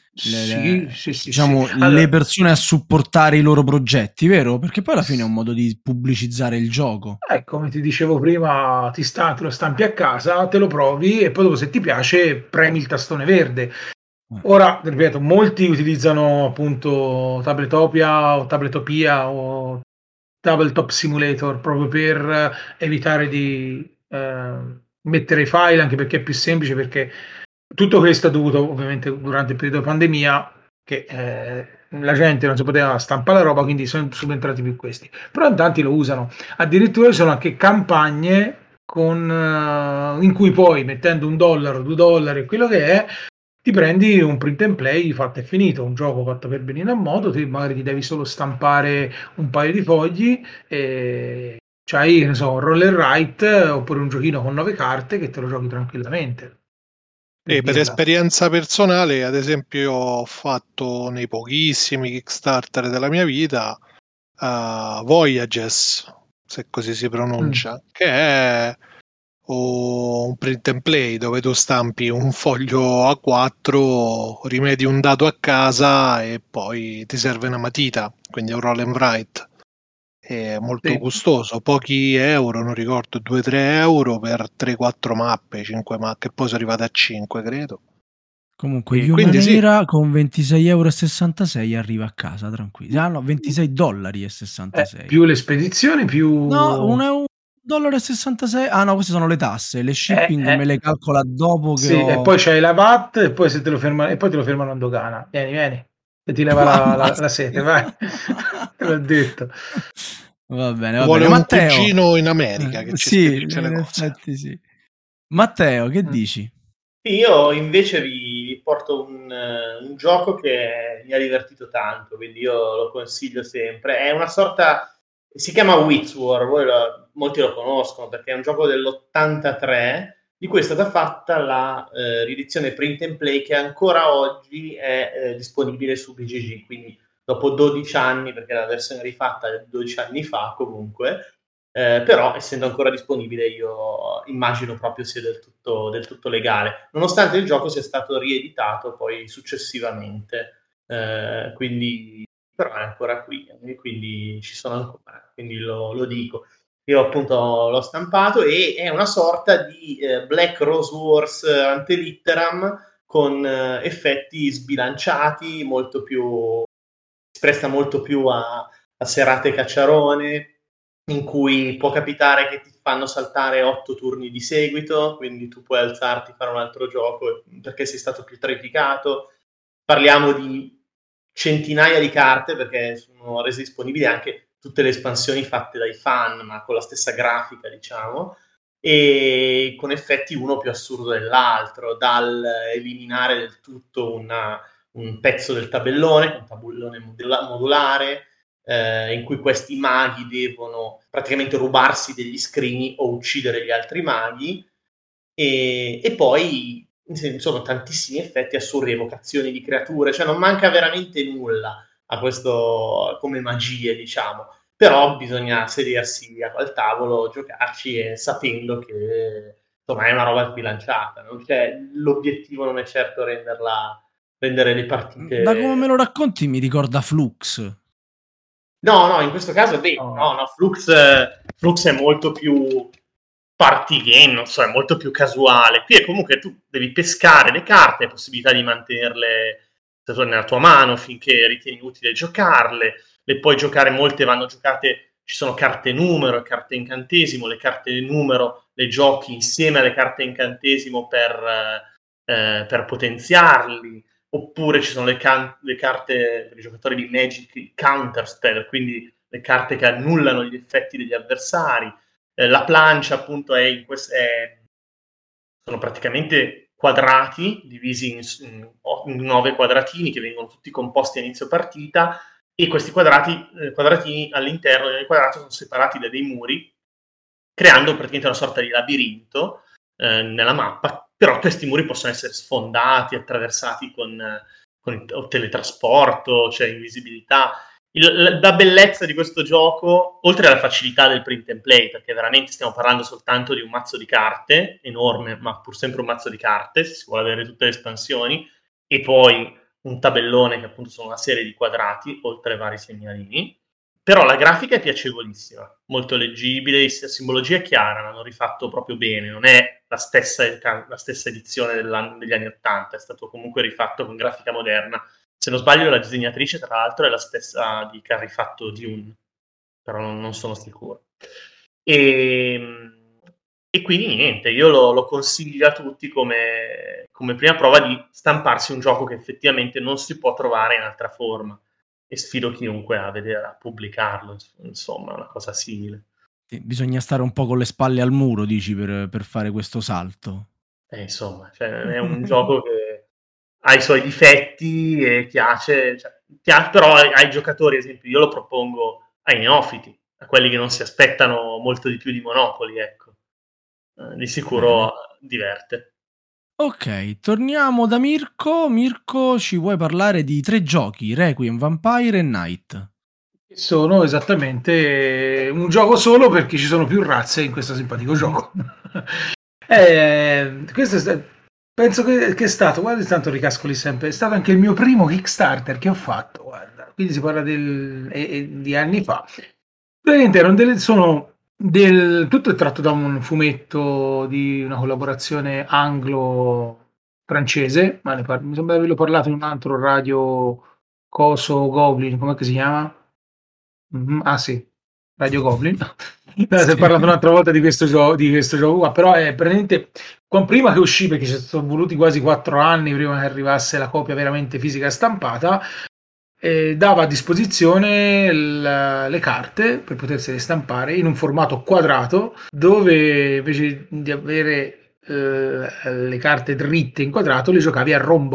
le persone a supportare i loro progetti, vero? Perché poi alla fine è un modo di pubblicizzare il gioco. Come ti dicevo prima, te lo stampi a casa, te lo provi e poi dopo se ti piace premi il tastone verde. Ora, ripeto, molti utilizzano appunto Tabletopia o Tabletopia o Tabletop Simulator proprio per evitare di mettere i file, anche perché è più semplice, perché tutto questo è dovuto ovviamente durante il periodo di pandemia che la gente non si poteva stampare la roba, quindi sono subentrati più questi. Però in tanti lo usano. Addirittura ci sono anche campagne in cui poi mettendo $1, $2 quello che è, ti prendi un print and play fatto e finito, un gioco fatto per benino a modo, magari ti devi solo stampare un paio di fogli e c'hai, ne so, un roller write oppure un giochino con 9 carte che te lo giochi tranquillamente. Per esperienza personale, ad esempio, io ho fatto nei pochissimi Kickstarter della mia vita Voyages, se così si pronuncia, che è un print and play dove tu stampi un foglio A4, rimedi un dato a casa e poi ti serve una matita, quindi è un roll and write. È molto gustoso, pochi euro, non ricordo, 2-3 euro per 3-4 mappe, 5 mappe, che poi sono arrivate a 5, credo. Comunque, Human Era con €26,66 arriva a casa, tranquillo. No, $26,66. Più le spedizioni, più... No, $1,66. Ah no, queste sono le tasse, le shipping me le calcola dopo che ho... e poi c'hai la VAT e poi se te lo fermano, e poi te lo fermano in dogana. Vieni. E ti leva la sete, vai. Te l'ho detto. Va bene. Vuole un Matteo, cugino in America che ci spedisce le cose. Effetti sì. Matteo, che dici? Io invece vi porto un gioco che mi ha divertito tanto, quindi io lo consiglio sempre. È una sorta Si chiama Wits War, molti lo conoscono perché è un gioco dell'83 di cui è stata fatta la riedizione print and play che ancora oggi è disponibile su BGG, quindi dopo 12 anni, perché la versione rifatta è 12 anni fa comunque, però essendo ancora disponibile io immagino proprio sia del tutto legale, nonostante il gioco sia stato rieditato poi successivamente, quindi però è ancora qui, quindi ci sono ancora, quindi lo dico. Io appunto l'ho stampato e è una sorta di Black Rose Wars ante litteram con effetti sbilanciati, si presta molto più a serate cacciarone, in cui può capitare che ti fanno saltare 8 turni di seguito, quindi tu puoi alzarti, fare un altro gioco perché sei stato più terrificato. Parliamo di centinaia di carte perché sono rese disponibili anche tutte le espansioni fatte dai fan, ma con la stessa grafica, diciamo, e con effetti uno più assurdo dell'altro, dal eliminare del tutto un pezzo del tabellone, un tabellone modulare, in cui questi maghi devono praticamente rubarsi degli scrigni o uccidere gli altri maghi, e poi sono tantissimi effetti assurdi, evocazioni di creature, cioè non manca veramente nulla a questo come magie, diciamo, però bisogna sedersi al tavolo, giocarci e sapendo che insomma è una roba sbilanciata, no? Cioè, l'obiettivo non è certo rendere le partite. Da come me lo racconti mi ricorda Flux. No, in questo caso no, Flux è molto più party game, non so, è molto più casuale. Qui è comunque tu devi pescare le carte, hai possibilità di mantenerle nella tua mano finché ritieni utile giocarle. Le puoi giocare, molte vanno giocate, ci sono carte numero e carte incantesimo. Le carte numero le giochi insieme alle carte incantesimo per potenziarli. Oppure ci sono le carte per i giocatori di Magic Counterspell, quindi le carte che annullano gli effetti degli avversari. La plancia appunto sono praticamente quadrati divisi in 9 quadratini che vengono tutti composti a inizio partita, e questi quadratini all'interno del quadrato sono separati da dei muri, creando praticamente una sorta di labirinto nella mappa. Però questi muri possono essere sfondati, attraversati con il teletrasporto, cioè invisibilità. La bellezza di questo gioco, oltre alla facilità del print and play, perché veramente stiamo parlando soltanto di un mazzo di carte enorme, ma pur sempre un mazzo di carte, se si vuole avere tutte le espansioni, e poi un tabellone che appunto sono una serie di quadrati oltre vari segnalini. Però la grafica è piacevolissima, molto leggibile, la simbologia è chiara, l'hanno rifatto proprio bene, non è la stessa edizione degli anni 80, è stato comunque rifatto con grafica moderna. Se non sbaglio la disegnatrice tra l'altro è la stessa che ha rifatto Dune, però non sono sicuro. E quindi niente, io lo consiglio a tutti come prima prova di stamparsi un gioco che effettivamente non si può trovare in altra forma, e sfido chiunque a pubblicarlo, insomma, una cosa simile. Bisogna stare un po' con le spalle al muro, dici, per fare questo salto. Insomma, cioè, è un gioco che ha i suoi difetti e piace, però ai giocatori, ad esempio, io lo propongo ai neofiti, a quelli che non si aspettano molto di più di Monopoly, ecco. Di sicuro diverte. Ok, torniamo da Mirko. Mirko, ci vuoi parlare di 3 giochi, Requiem, Vampire e Night? Sono esattamente un gioco solo perché ci sono più razze in questo simpatico gioco. Questo penso che è stato, guarda, tanto ricascoli sempre, è stato anche il mio primo Kickstarter che ho fatto, guarda, quindi si parla di anni fa. Praticamente tutto è tratto da un fumetto di una collaborazione anglo-francese, ma mi sembra di averlo parlato in un altro radio coso Goblin, com'è che si chiama? Sì, Radio Goblin. Si è parlato un'altra volta di questo gioco qua, però è praticamente prima che uscì, perché ci sono voluti quasi 4 anni prima che arrivasse la copia veramente fisica stampata, dava a disposizione le carte per potersele stampare in un formato quadrato, dove invece di avere le carte dritte in quadrato le giocavi a rombo,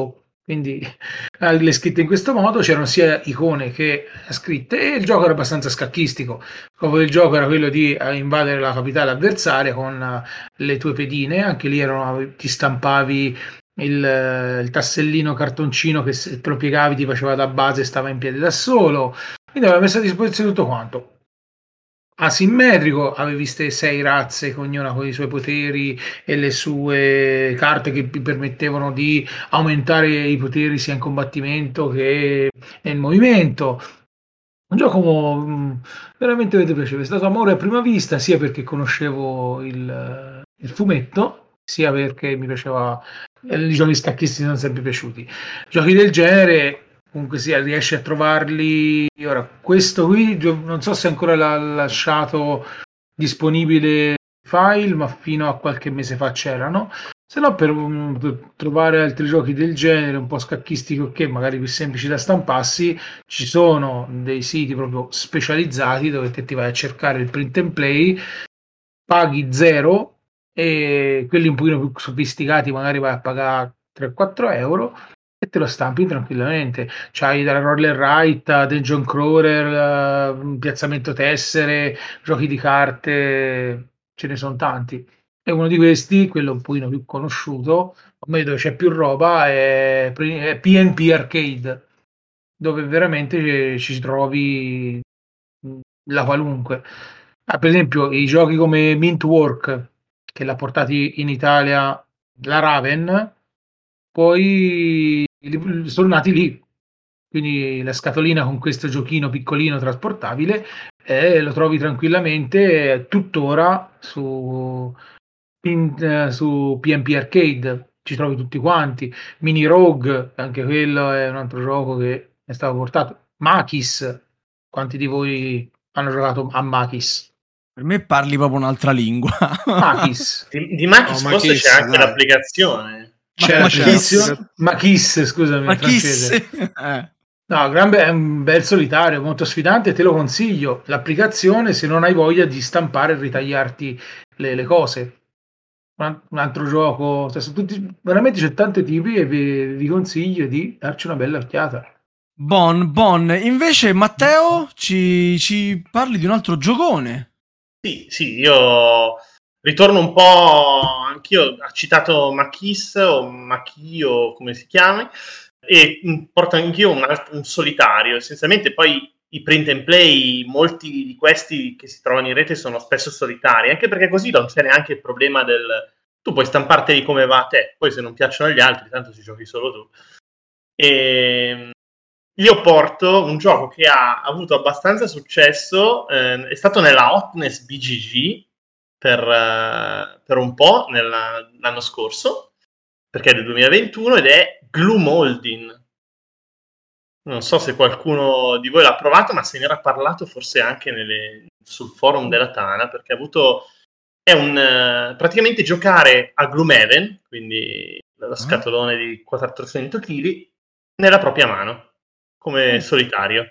quindi le scritte in questo modo, c'erano sia icone che scritte, e il gioco era abbastanza scacchistico. Il scopo del gioco era quello di invadere la capitale avversaria con le tue pedine, anche lì ti stampavi il tassellino cartoncino che se te lo piegavi ti faceva da base e stava in piedi da solo, quindi aveva messo a disposizione tutto quanto. Asimmetrico, avevi queste 6 razze, ognuna con i suoi poteri e le sue carte che ti permettevano di aumentare i poteri sia in combattimento che nel movimento. Un gioco veramente piacevole, è stato amore a prima vista, sia perché conoscevo il fumetto, sia perché mi piaceva, i giochi scacchisti mi sono sempre piaciuti. Giochi del genere comunque sia, riesci a trovarli. Ora, questo qui non so se ancora l'ha lasciato disponibile file, ma fino a qualche mese fa c'erano. Se no, per trovare altri giochi del genere, un po' scacchistico, che magari più semplici da stamparsi, ci sono dei siti proprio specializzati dove te ti vai a cercare il print and play, paghi 0, e quelli un pochino più sofisticati magari vai a pagare 3-4 euro e te lo stampi tranquillamente. C'hai dalla Roller Right a Dungeon Crawler, piazzamento tessere, giochi di carte, ce ne sono tanti. E uno di questi, quello un pochino più conosciuto, ormai dove c'è più roba, è PNP Arcade, dove veramente ci trovi la qualunque. Per esempio, i giochi come Mintwork, che l'ha portati in Italia la Raven, poi sono nati lì. Quindi la scatolina con questo giochino piccolino trasportabile, lo trovi tranquillamente tuttora su PNP Arcade, ci trovi tutti quanti. Mini Rogue, anche quello è un altro gioco che è stato portato. Machis, quanti di voi hanno giocato a Machis? Per me parli proprio un'altra lingua. Machis. Di Machis forse c'è anche l'applicazione. Machis, scusami, in francese. No, è un bel solitario, molto sfidante, te lo consiglio. L'applicazione, se non hai voglia di stampare e ritagliarti le cose. Un altro gioco, veramente c'è tanti tipi e vi consiglio di darci una bella occhiata. Bon. Invece Matteo ci parli di un altro giocone. Sì, io ritorno un po', anch'io ha citato Machis o Machio, come si chiami, e porto anch'io un solitario. Essenzialmente poi i print and play, molti di questi che si trovano in rete sono spesso solitari, anche perché così non c'è neanche il problema tu puoi stamparteli come va a te, poi se non piacciono agli altri tanto ci giochi solo tu. E io porto un gioco che ha avuto abbastanza successo, è stato nella Hotness BGG per un po' l'anno scorso, perché è del 2021, ed è Gloomholding. Non so se qualcuno di voi l'ha provato, ma se ne era parlato forse anche sul forum della Tana, perché è praticamente giocare a Gloomhaven, quindi lo scatolone di 400 kg, nella propria mano, come solitario.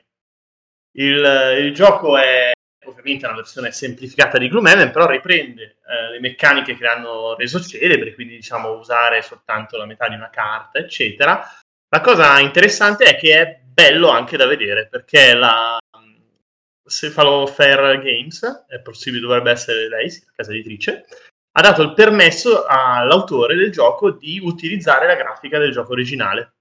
Il gioco è ovviamente una versione semplificata di Gloomhaven, però riprende le meccaniche che l'hanno reso celebre, quindi diciamo usare soltanto la metà di una carta, eccetera. La cosa interessante è che è bello anche da vedere, perché se fa lo Fair Games, è possibile, dovrebbe essere lei, la casa editrice, ha dato il permesso all'autore del gioco di utilizzare la grafica del gioco originale,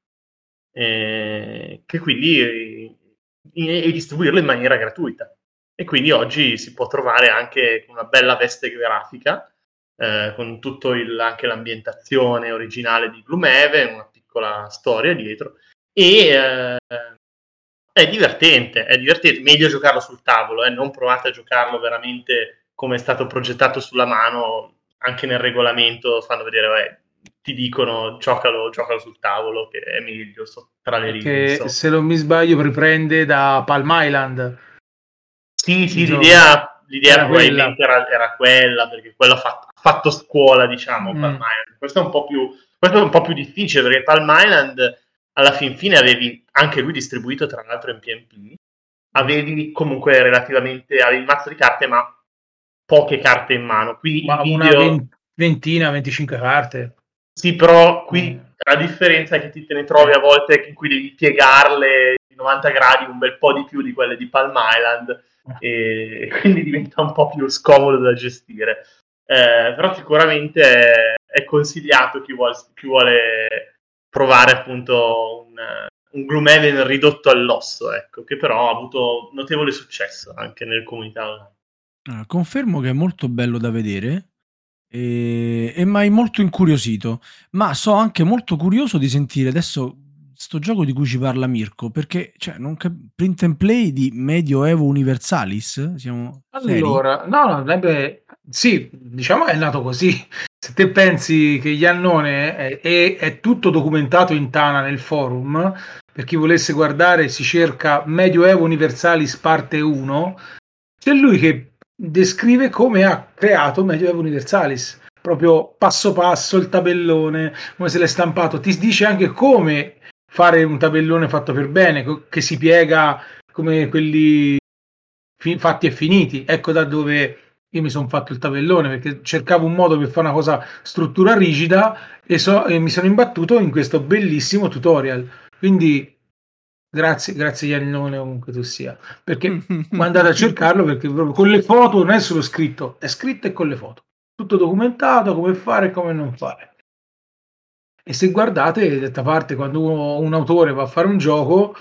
che quindi e distribuirlo in maniera gratuita. E quindi oggi si può trovare anche una bella veste grafica, con tutto anche l'ambientazione originale di Gloomhaven, una piccola storia dietro, e è divertente, meglio giocarlo sul tavolo, non provate a giocarlo veramente come è stato progettato sulla mano. Anche nel regolamento fanno vedere, ti dicono giocalo sul tavolo che è meglio, tra le righe. Che se non mi sbaglio riprende da Palm Island. Sì, l'idea probabilmente era quella, perché quello ha fatto scuola, diciamo, Palm Island. Questo è un po' più difficile, perché Palm Island alla fin fine avevi anche lui distribuito tra l'altro in PNP, avevi comunque avevi il mazzo di carte ma poche carte in mano, qui ma una ventina, 25 carte. Sì, però qui la differenza è che te ne trovi a volte in cui devi piegarle di 90 gradi un bel po' di più di quelle di Palm Island, e quindi diventa un po' più scomodo da gestire. Però sicuramente è consigliato chi vuole provare appunto un Gloomhaven ridotto all'osso, ecco, che però ha avuto notevole successo anche nelle comunità online. Confermo che è molto bello da vedere e mi hai molto incuriosito, ma so anche molto curioso di sentire adesso sto gioco di cui ci parla Mirko, perché cioè, print and play di Medioevo Universalis? Siamo seri? Allora, no, sì, diciamo è nato così. Se te pensi che Iannone è tutto documentato in Tana nel forum, per chi volesse guardare si cerca Medioevo Universalis parte 1, c'è lui che descrive come ha creato Medioevo Universalis, proprio passo passo, il tabellone, come se l'è stampato, ti dice anche come fare un tabellone fatto per bene, che si piega come quelli fatti e finiti. Ecco da dove io mi sono fatto il tabellone, perché cercavo un modo per fare una cosa struttura rigida e mi sono imbattuto in questo bellissimo tutorial. Quindi grazie Iannone, ovunque tu sia, perché andate a cercarlo, perché proprio con le foto non è solo scritto, è scritto e con le foto, tutto documentato, come fare e come non fare. E se guardate, d'altra parte, quando un autore va a fare un gioco,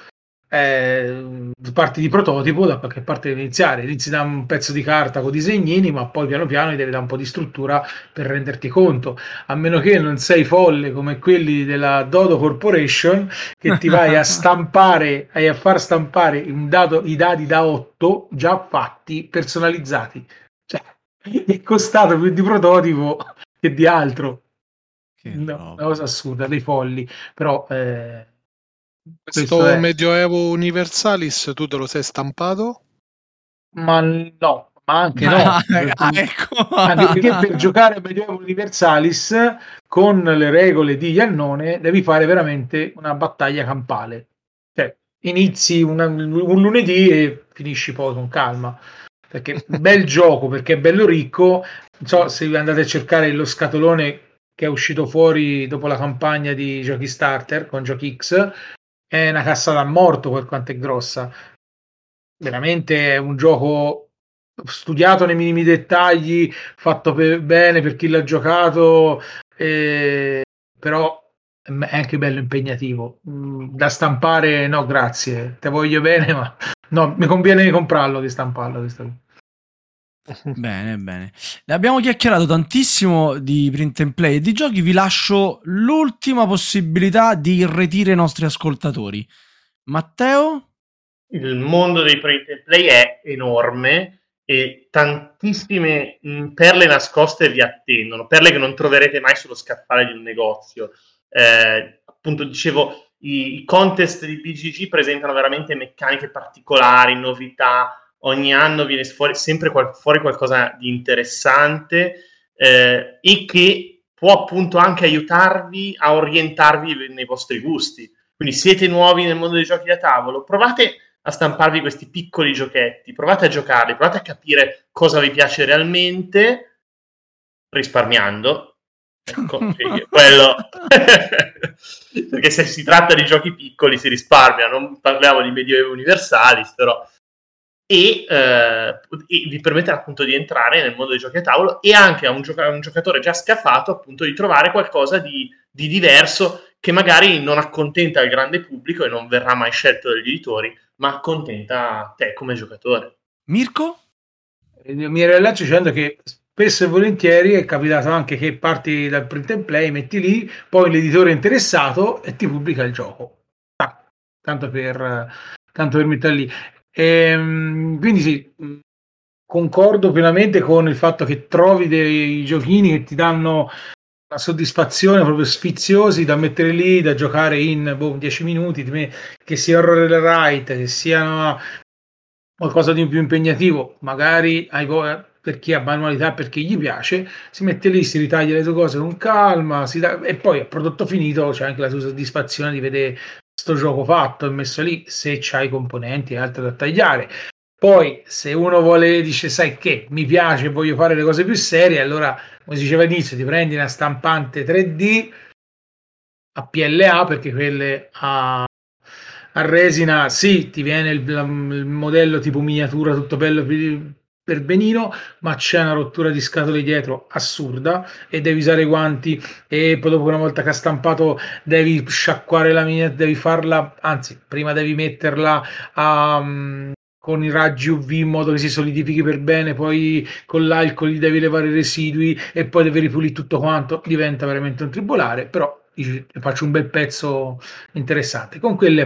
parti di prototipo, da qualche parte deve iniziare, inizi da un pezzo di carta con disegnini, ma poi piano piano devi dare un po' di struttura per renderti conto, a meno che non sei folle come quelli della Dodo Corporation, che ti vai a stampare e a far stampare i dadi da 8 già fatti, personalizzati, cioè è costato più di prototipo che di altro. No, una cosa assurda, dei folli, però questo Medioevo Universalis tu te lo sei stampato? Ma no, ma anche no. Ecco. Anche perché per giocare a Medioevo Universalis con le regole di Iannone devi fare veramente una battaglia campale, cioè inizi un lunedì e finisci poi con calma, perché bel gioco, perché è bello ricco. Non so se andate a cercare lo scatolone che è uscito fuori dopo la campagna di Giochi Starter con Giochi X, è una cassa da morto per quanto è grossa. Veramente è un gioco studiato nei minimi dettagli, fatto bene per chi l'ha giocato, però è anche bello impegnativo. Da stampare no grazie, te voglio bene, ma no, mi conviene comprarlo che stamparlo. Bene, bene. Ne abbiamo chiacchierato tantissimo di print and play e di giochi. Vi lascio l'ultima possibilità di irretire i nostri ascoltatori. Matteo? Il mondo dei print and play è enorme e tantissime perle nascoste vi attendono, perle che non troverete mai sullo scaffale di un negozio. Appunto dicevo, i contest di BGG presentano veramente meccaniche particolari, novità. Ogni anno viene sempre fuori qualcosa di interessante e che può appunto anche aiutarvi a orientarvi nei vostri gusti. Quindi siete nuovi nel mondo dei giochi da tavolo, provate a stamparvi questi piccoli giochetti, provate a giocarli, provate a capire cosa vi piace realmente, risparmiando. Ecco, quello perché se si tratta di giochi piccoli si risparmia, non parliamo di Medioevo Universalis, però e vi permetterà appunto di entrare nel mondo dei giochi a tavolo e anche a un giocatore già scafato appunto di trovare qualcosa di diverso che magari non accontenta il grande pubblico e non verrà mai scelto dagli editori, ma accontenta te come giocatore. Mirko? Mi rilascio dicendo che spesso e volentieri è capitato anche che parti dal print and play, metti lì, poi l'editore è interessato e ti pubblica il gioco. Tanto per mettere lì. Quindi sì, concordo pienamente con il fatto che trovi dei giochini che ti danno una soddisfazione proprio sfiziosi da mettere lì, da giocare in 10 minuti, che sia Horror Right, che sia qualcosa di più impegnativo, magari per chi ha manualità, per chi gli piace, si mette lì, si ritaglia le sue cose con calma, e poi a prodotto finito c'è anche la sua soddisfazione di vedere sto gioco fatto e messo lì, se c'hai i componenti e altro da tagliare. Poi se uno dice sai che mi piace, voglio fare le cose più serie, allora come si diceva all'inizio ti prendi una stampante 3D a PLA, perché quelle a resina sì, ti viene il modello tipo miniatura tutto bello per benino, ma c'è una rottura di scatole dietro assurda e devi usare i guanti, e poi dopo una volta che ha stampato devi sciacquare la miniatura, devi farla, anzi prima devi metterla con i raggi UV in modo che si solidifichi per bene, poi con l'alcol gli devi levare i residui e poi devi ripulire tutto quanto, diventa veramente un tribolare, però dici, faccio un bel pezzo interessante. Con quelle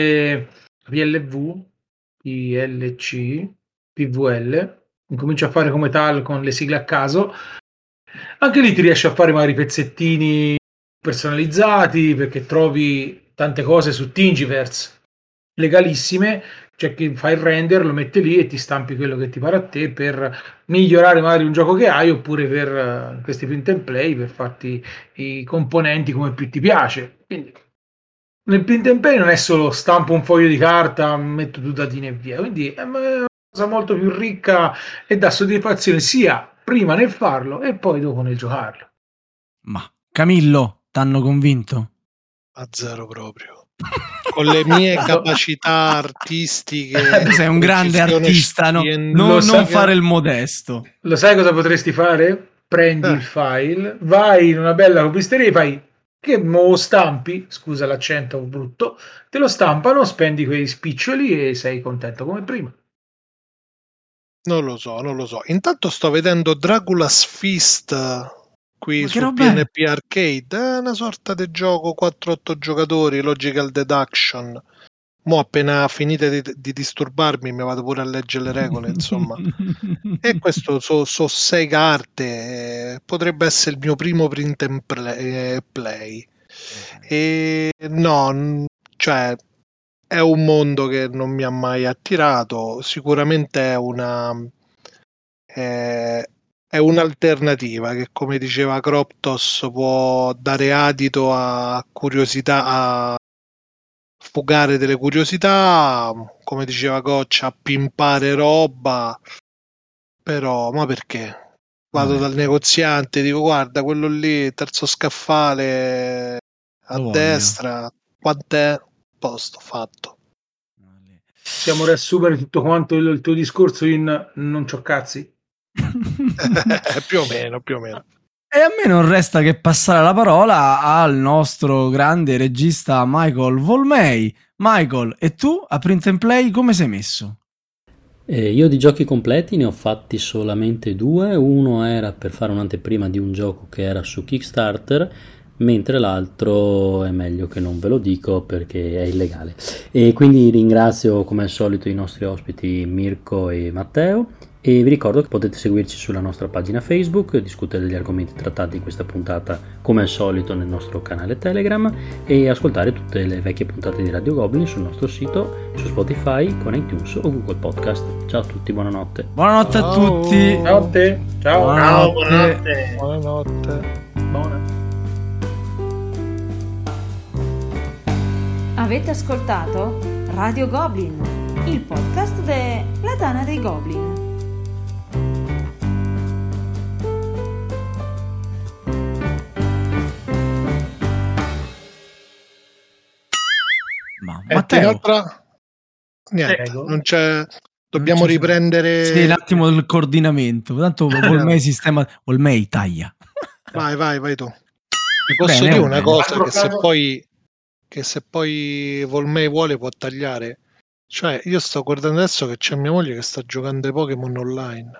PLV, PLC, PVL, incomincio a fare come tal con le sigle a caso, anche lì ti riesci a fare magari pezzettini personalizzati, perché trovi tante cose su Thingiverse legalissime, cioè che fai il render, lo metti lì e ti stampi quello che ti pare a te per migliorare magari un gioco che hai, oppure per questi print and play per farti i componenti come più ti piace. Quindi nel print and play non è solo stampo un foglio di carta, metto due datine e via, quindi è una cosa molto più ricca e dà soddisfazione sia prima nel farlo e poi dopo nel giocarlo. Ma Camillo, t'hanno convinto? A zero proprio. Con le mie capacità artistiche. Sei un grande artista, no? Non fare il modesto. Lo sai cosa potresti fare? Prendi il file, vai in una bella copisteria e fai che mo stampi, scusa l'accento brutto, te lo stampano, spendi quei spiccioli e sei contento come prima. Non lo so. Intanto sto vedendo Dracula's Feast qui su PNP Arcade. È una sorta di gioco 4-8 giocatori, logical deduction. Mo appena finite di disturbarmi mi vado pure a leggere le regole, insomma. E questo so 6 carte, potrebbe essere il mio primo print and play. E no, cioè è un mondo che non mi ha mai attirato, sicuramente è un'alternativa che, come diceva Croptos, può dare adito a curiosità, a fugare delle curiosità, come diceva Goccia, a pimpare roba, però ma perché? Vado dal negoziante, dico guarda quello lì, terzo scaffale a destra, quant'è? Posto, fatto. Possiamo riassumere tutto quanto il tuo discorso in non c'ho cazzi? più o meno. E a me non resta che passare la parola al nostro grande regista Michael Volmei. Michael, e tu a Print and Play come sei messo? Io di giochi completi ne ho fatti solamente 2. Uno era per fare un'anteprima di un gioco che era su Kickstarter, mentre l'altro è meglio che non ve lo dico perché è illegale. E quindi ringrazio come al solito i nostri ospiti Mirko e Matteo, e vi ricordo che potete seguirci sulla nostra pagina Facebook, discutere degli argomenti trattati in questa puntata come al solito nel nostro canale Telegram, e ascoltare tutte le vecchie puntate di Radio Goblin sul nostro sito, su Spotify, con iTunes o Google Podcast. Ciao a tutti, buonanotte. Buonanotte a tutti. Buonanotte. Ciao. Buonanotte. Avete ascoltato Radio Goblin, il podcast della Tana dei Goblin. Matteo, niente, non c'è. Dobbiamo riprendere. Sì, un attimo del coordinamento. Tanto Volmei sistema. Volmei taglia. Vai tu. Vi posso dire una cosa, che se poi Volmei vuole può tagliare. Cioè, io sto guardando adesso che c'è mia moglie che sta giocando ai Pokémon online.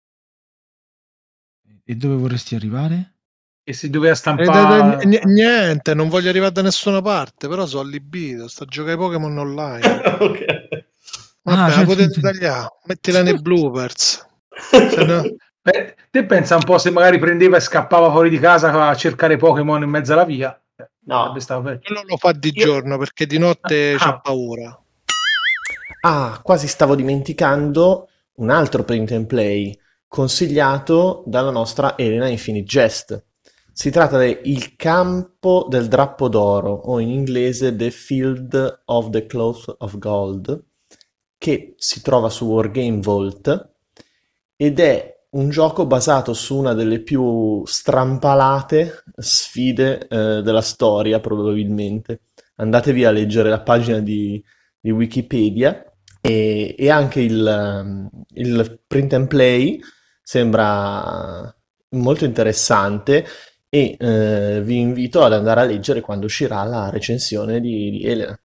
E dove vorresti arrivare? E si doveva stampare niente, non voglio arrivare da nessuna parte, però sono allibito, sto a giocare ai Pokémon online. Ok. Vabbè, la potete tagliare, mettila nei bloopers. No... te pensa un po' se magari prendeva e scappava fuori di casa a cercare Pokémon in mezzo alla via. No, quello lo fa di giorno perché di notte c'ha paura. Quasi stavo dimenticando un altro print and play consigliato dalla nostra Elena Infinite Jest. Si tratta di Il campo del drappo d'oro, o in inglese The Field of the Cloth of Gold, che si trova su Wargame Vault ed è un gioco basato su una delle più strampalate sfide della storia, probabilmente. Andatevi a leggere la pagina di Wikipedia e anche il print and play sembra molto interessante e vi invito ad andare a leggere quando uscirà la recensione di Elena.